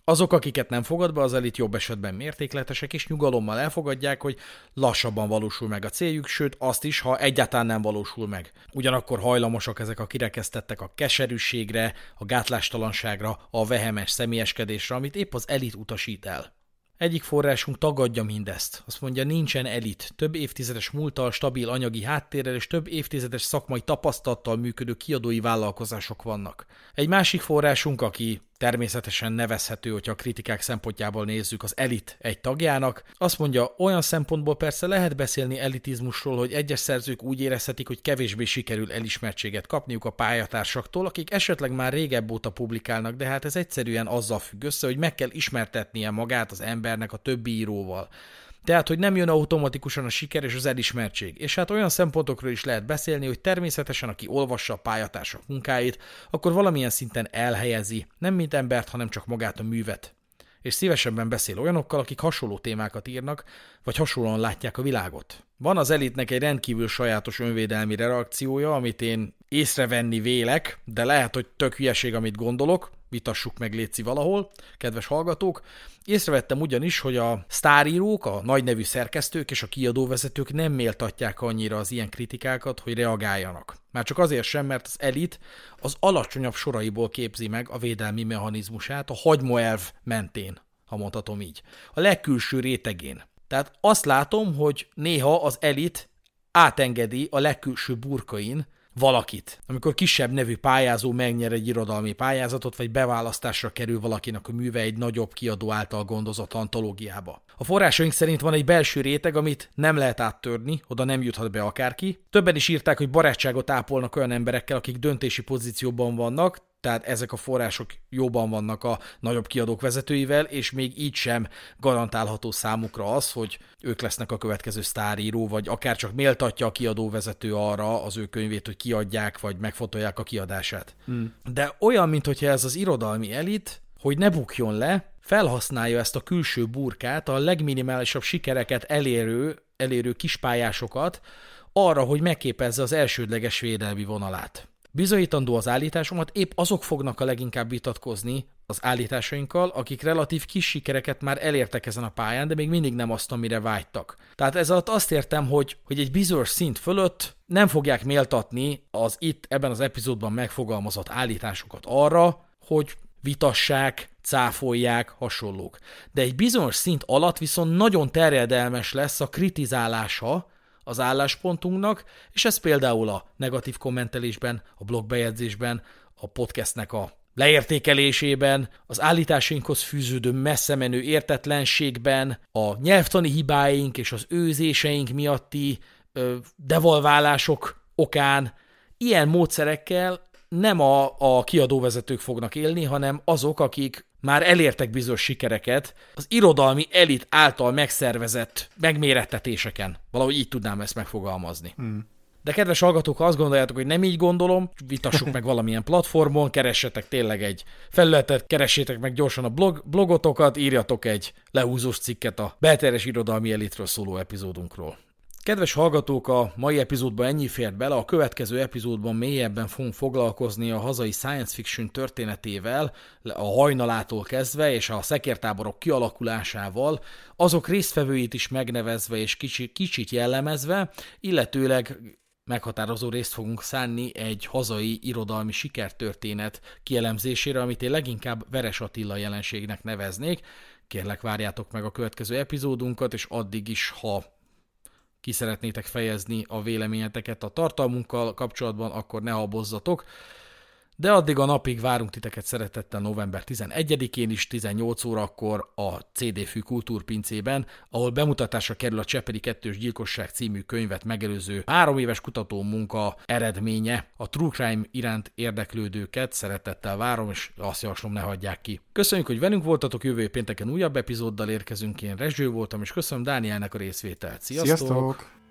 Azok, akiket nem fogad be az elit, jobb esetben mértékletesek, és nyugalommal elfogadják, hogy lassabban valósul meg a céljuk, sőt azt is, ha egyáltalán nem valósul meg. Ugyanakkor hajlamosak ezek a kirekesztettek a keserűségre, a gátlástalanságra, a vehemes személyeskedésre, amit épp az elit utasít el. Egyik forrásunk tagadja mindezt. Azt mondja, nincsen elit. Több évtizedes múlttal, stabil anyagi háttérrel és több évtizedes szakmai tapasztalattal működő kiadói vállalkozások vannak. Egy másik forrásunk, aki természetesen nevezhető, hogyha a kritikák szempontjából nézzük, az elit egy tagjának, azt mondja, olyan szempontból persze lehet beszélni elitizmusról, hogy egyes szerzők úgy érezhetik, hogy kevésbé sikerül elismertséget kapniuk a pályatársaktól, akik esetleg már régebb óta publikálnak, de hát ez egyszerűen azzal függ össze, hogy meg kell ismertetnie magát az embernek a többi íróval. Tehát, hogy nem jön automatikusan a siker és az elismertség. És hát olyan szempontokról is lehet beszélni, hogy természetesen, aki olvassa a pályatársak munkáit, akkor valamilyen szinten elhelyezi, nem mint embert, hanem csak magát a művet. És szívesebben beszél olyanokkal, akik hasonló témákat írnak, vagy hasonlóan látják a világot. Van az elitnek egy rendkívül sajátos önvédelmi reakciója, amit én észrevenni vélek, de lehet, hogy tök hülyeség, amit gondolok, vitassuk meg létszi valahol, kedves hallgatók. Észrevettem ugyanis, hogy a sztárírók, a nagynevű szerkesztők és a kiadóvezetők nem méltatják annyira az ilyen kritikákat, hogy reagáljanak. Már csak azért sem, mert az elit az alacsonyabb soraiból képzi meg a védelmi mechanizmusát a hagymaelv mentén, ha mondhatom így. A legkülső rétegén. Tehát azt látom, hogy néha az elit átengedi a legkülső burkain valakit. Amikor kisebb nevű pályázó megnyer egy irodalmi pályázatot, vagy beválasztásra kerül valakinek a műve egy nagyobb kiadó által gondozott antológiába. A forrásaink szerint van egy belső réteg, amit nem lehet áttörni, oda nem juthat be akárki. Többen is írták, hogy barátságot ápolnak olyan emberekkel, akik döntési pozícióban vannak, tehát ezek a források jóban vannak a nagyobb kiadók vezetőivel, és még így sem garantálható számukra az, hogy ők lesznek a következő sztáríró, vagy akár csak méltatja a kiadóvezető arra az ő könyvét, hogy kiadják, vagy megfotolják a kiadását. De olyan, mintha ez az irodalmi elit, hogy ne bukjon le, felhasználja ezt a külső burkát, a legminimálisabb sikereket elérő kispályásokat arra, hogy megképezze az elsődleges védelmi vonalát. Bizonyítandó az állításomat, épp azok fognak a leginkább vitatkozni az állításainkkal, akik relatív kis sikereket már elértek ezen a pályán, de még mindig nem azt, amire vágytak. Tehát ez alatt azt értem, hogy egy bizonyos szint fölött nem fogják méltatni az itt ebben az epizódban megfogalmazott állításokat arra, hogy vitassák, cáfolják, hasonlók. De egy bizonyos szint alatt viszont nagyon terjedelmes lesz a kritizálása az álláspontunknak, és ez például a negatív kommentelésben, a blogbejegyzésben, a podcastnek a leértékelésében, az állításainkhoz fűződő messze menő értetlenségben, a nyelvtani hibáink és az őzéseink miatti devalválások okán, ilyen módszerekkel nem a kiadóvezetők fognak élni, hanem azok, akik már elértek bizonyos sikereket az irodalmi elit által megszervezett megmérettetéseken. Valahogy így tudnám ezt megfogalmazni. De kedves hallgatók, ha azt gondoljátok, hogy nem így gondolom, vitassuk meg valamilyen platformon, keressetek tényleg egy felületet, keressétek meg gyorsan a blogotokat, írjatok egy lehúzós cikket a belterjes irodalmi elitről szóló epizódunkról. Kedves hallgatók, a mai epizódban ennyi fért bele, a következő epizódban mélyebben fogunk foglalkozni a hazai science fiction történetével, a Hajnalától kezdve és a szekértáborok kialakulásával, azok résztvevőit is megnevezve és kicsit jellemezve, illetőleg meghatározó részt fogunk szánni egy hazai irodalmi sikertörténet kielemzésére, amit én leginkább Veres Attila jelenségnek neveznék. Kérlek, várjátok meg a következő epizódunkat, és addig is, ha ki szeretnétek fejezni a véleményeteket a tartalmunkkal kapcsolatban, akkor ne habozzatok. De addig a napig várunk titeket szeretettel november 11-én is, 18 órakor a CD-fű Kultúrpincében, ahol bemutatásra kerül a Csepeli 2-s gyilkosság című könyvet megelőző 3 éves kutatómunka eredménye. A true crime iránt érdeklődőket szeretettel várom, és azt javaslom, ne hagyják ki. Köszönjük, hogy velünk voltatok, jövő pénteken újabb epizóddal érkezünk, én Rezső voltam, és köszönöm Dánielnek a részvételt. Sziasztok! Sziasztok!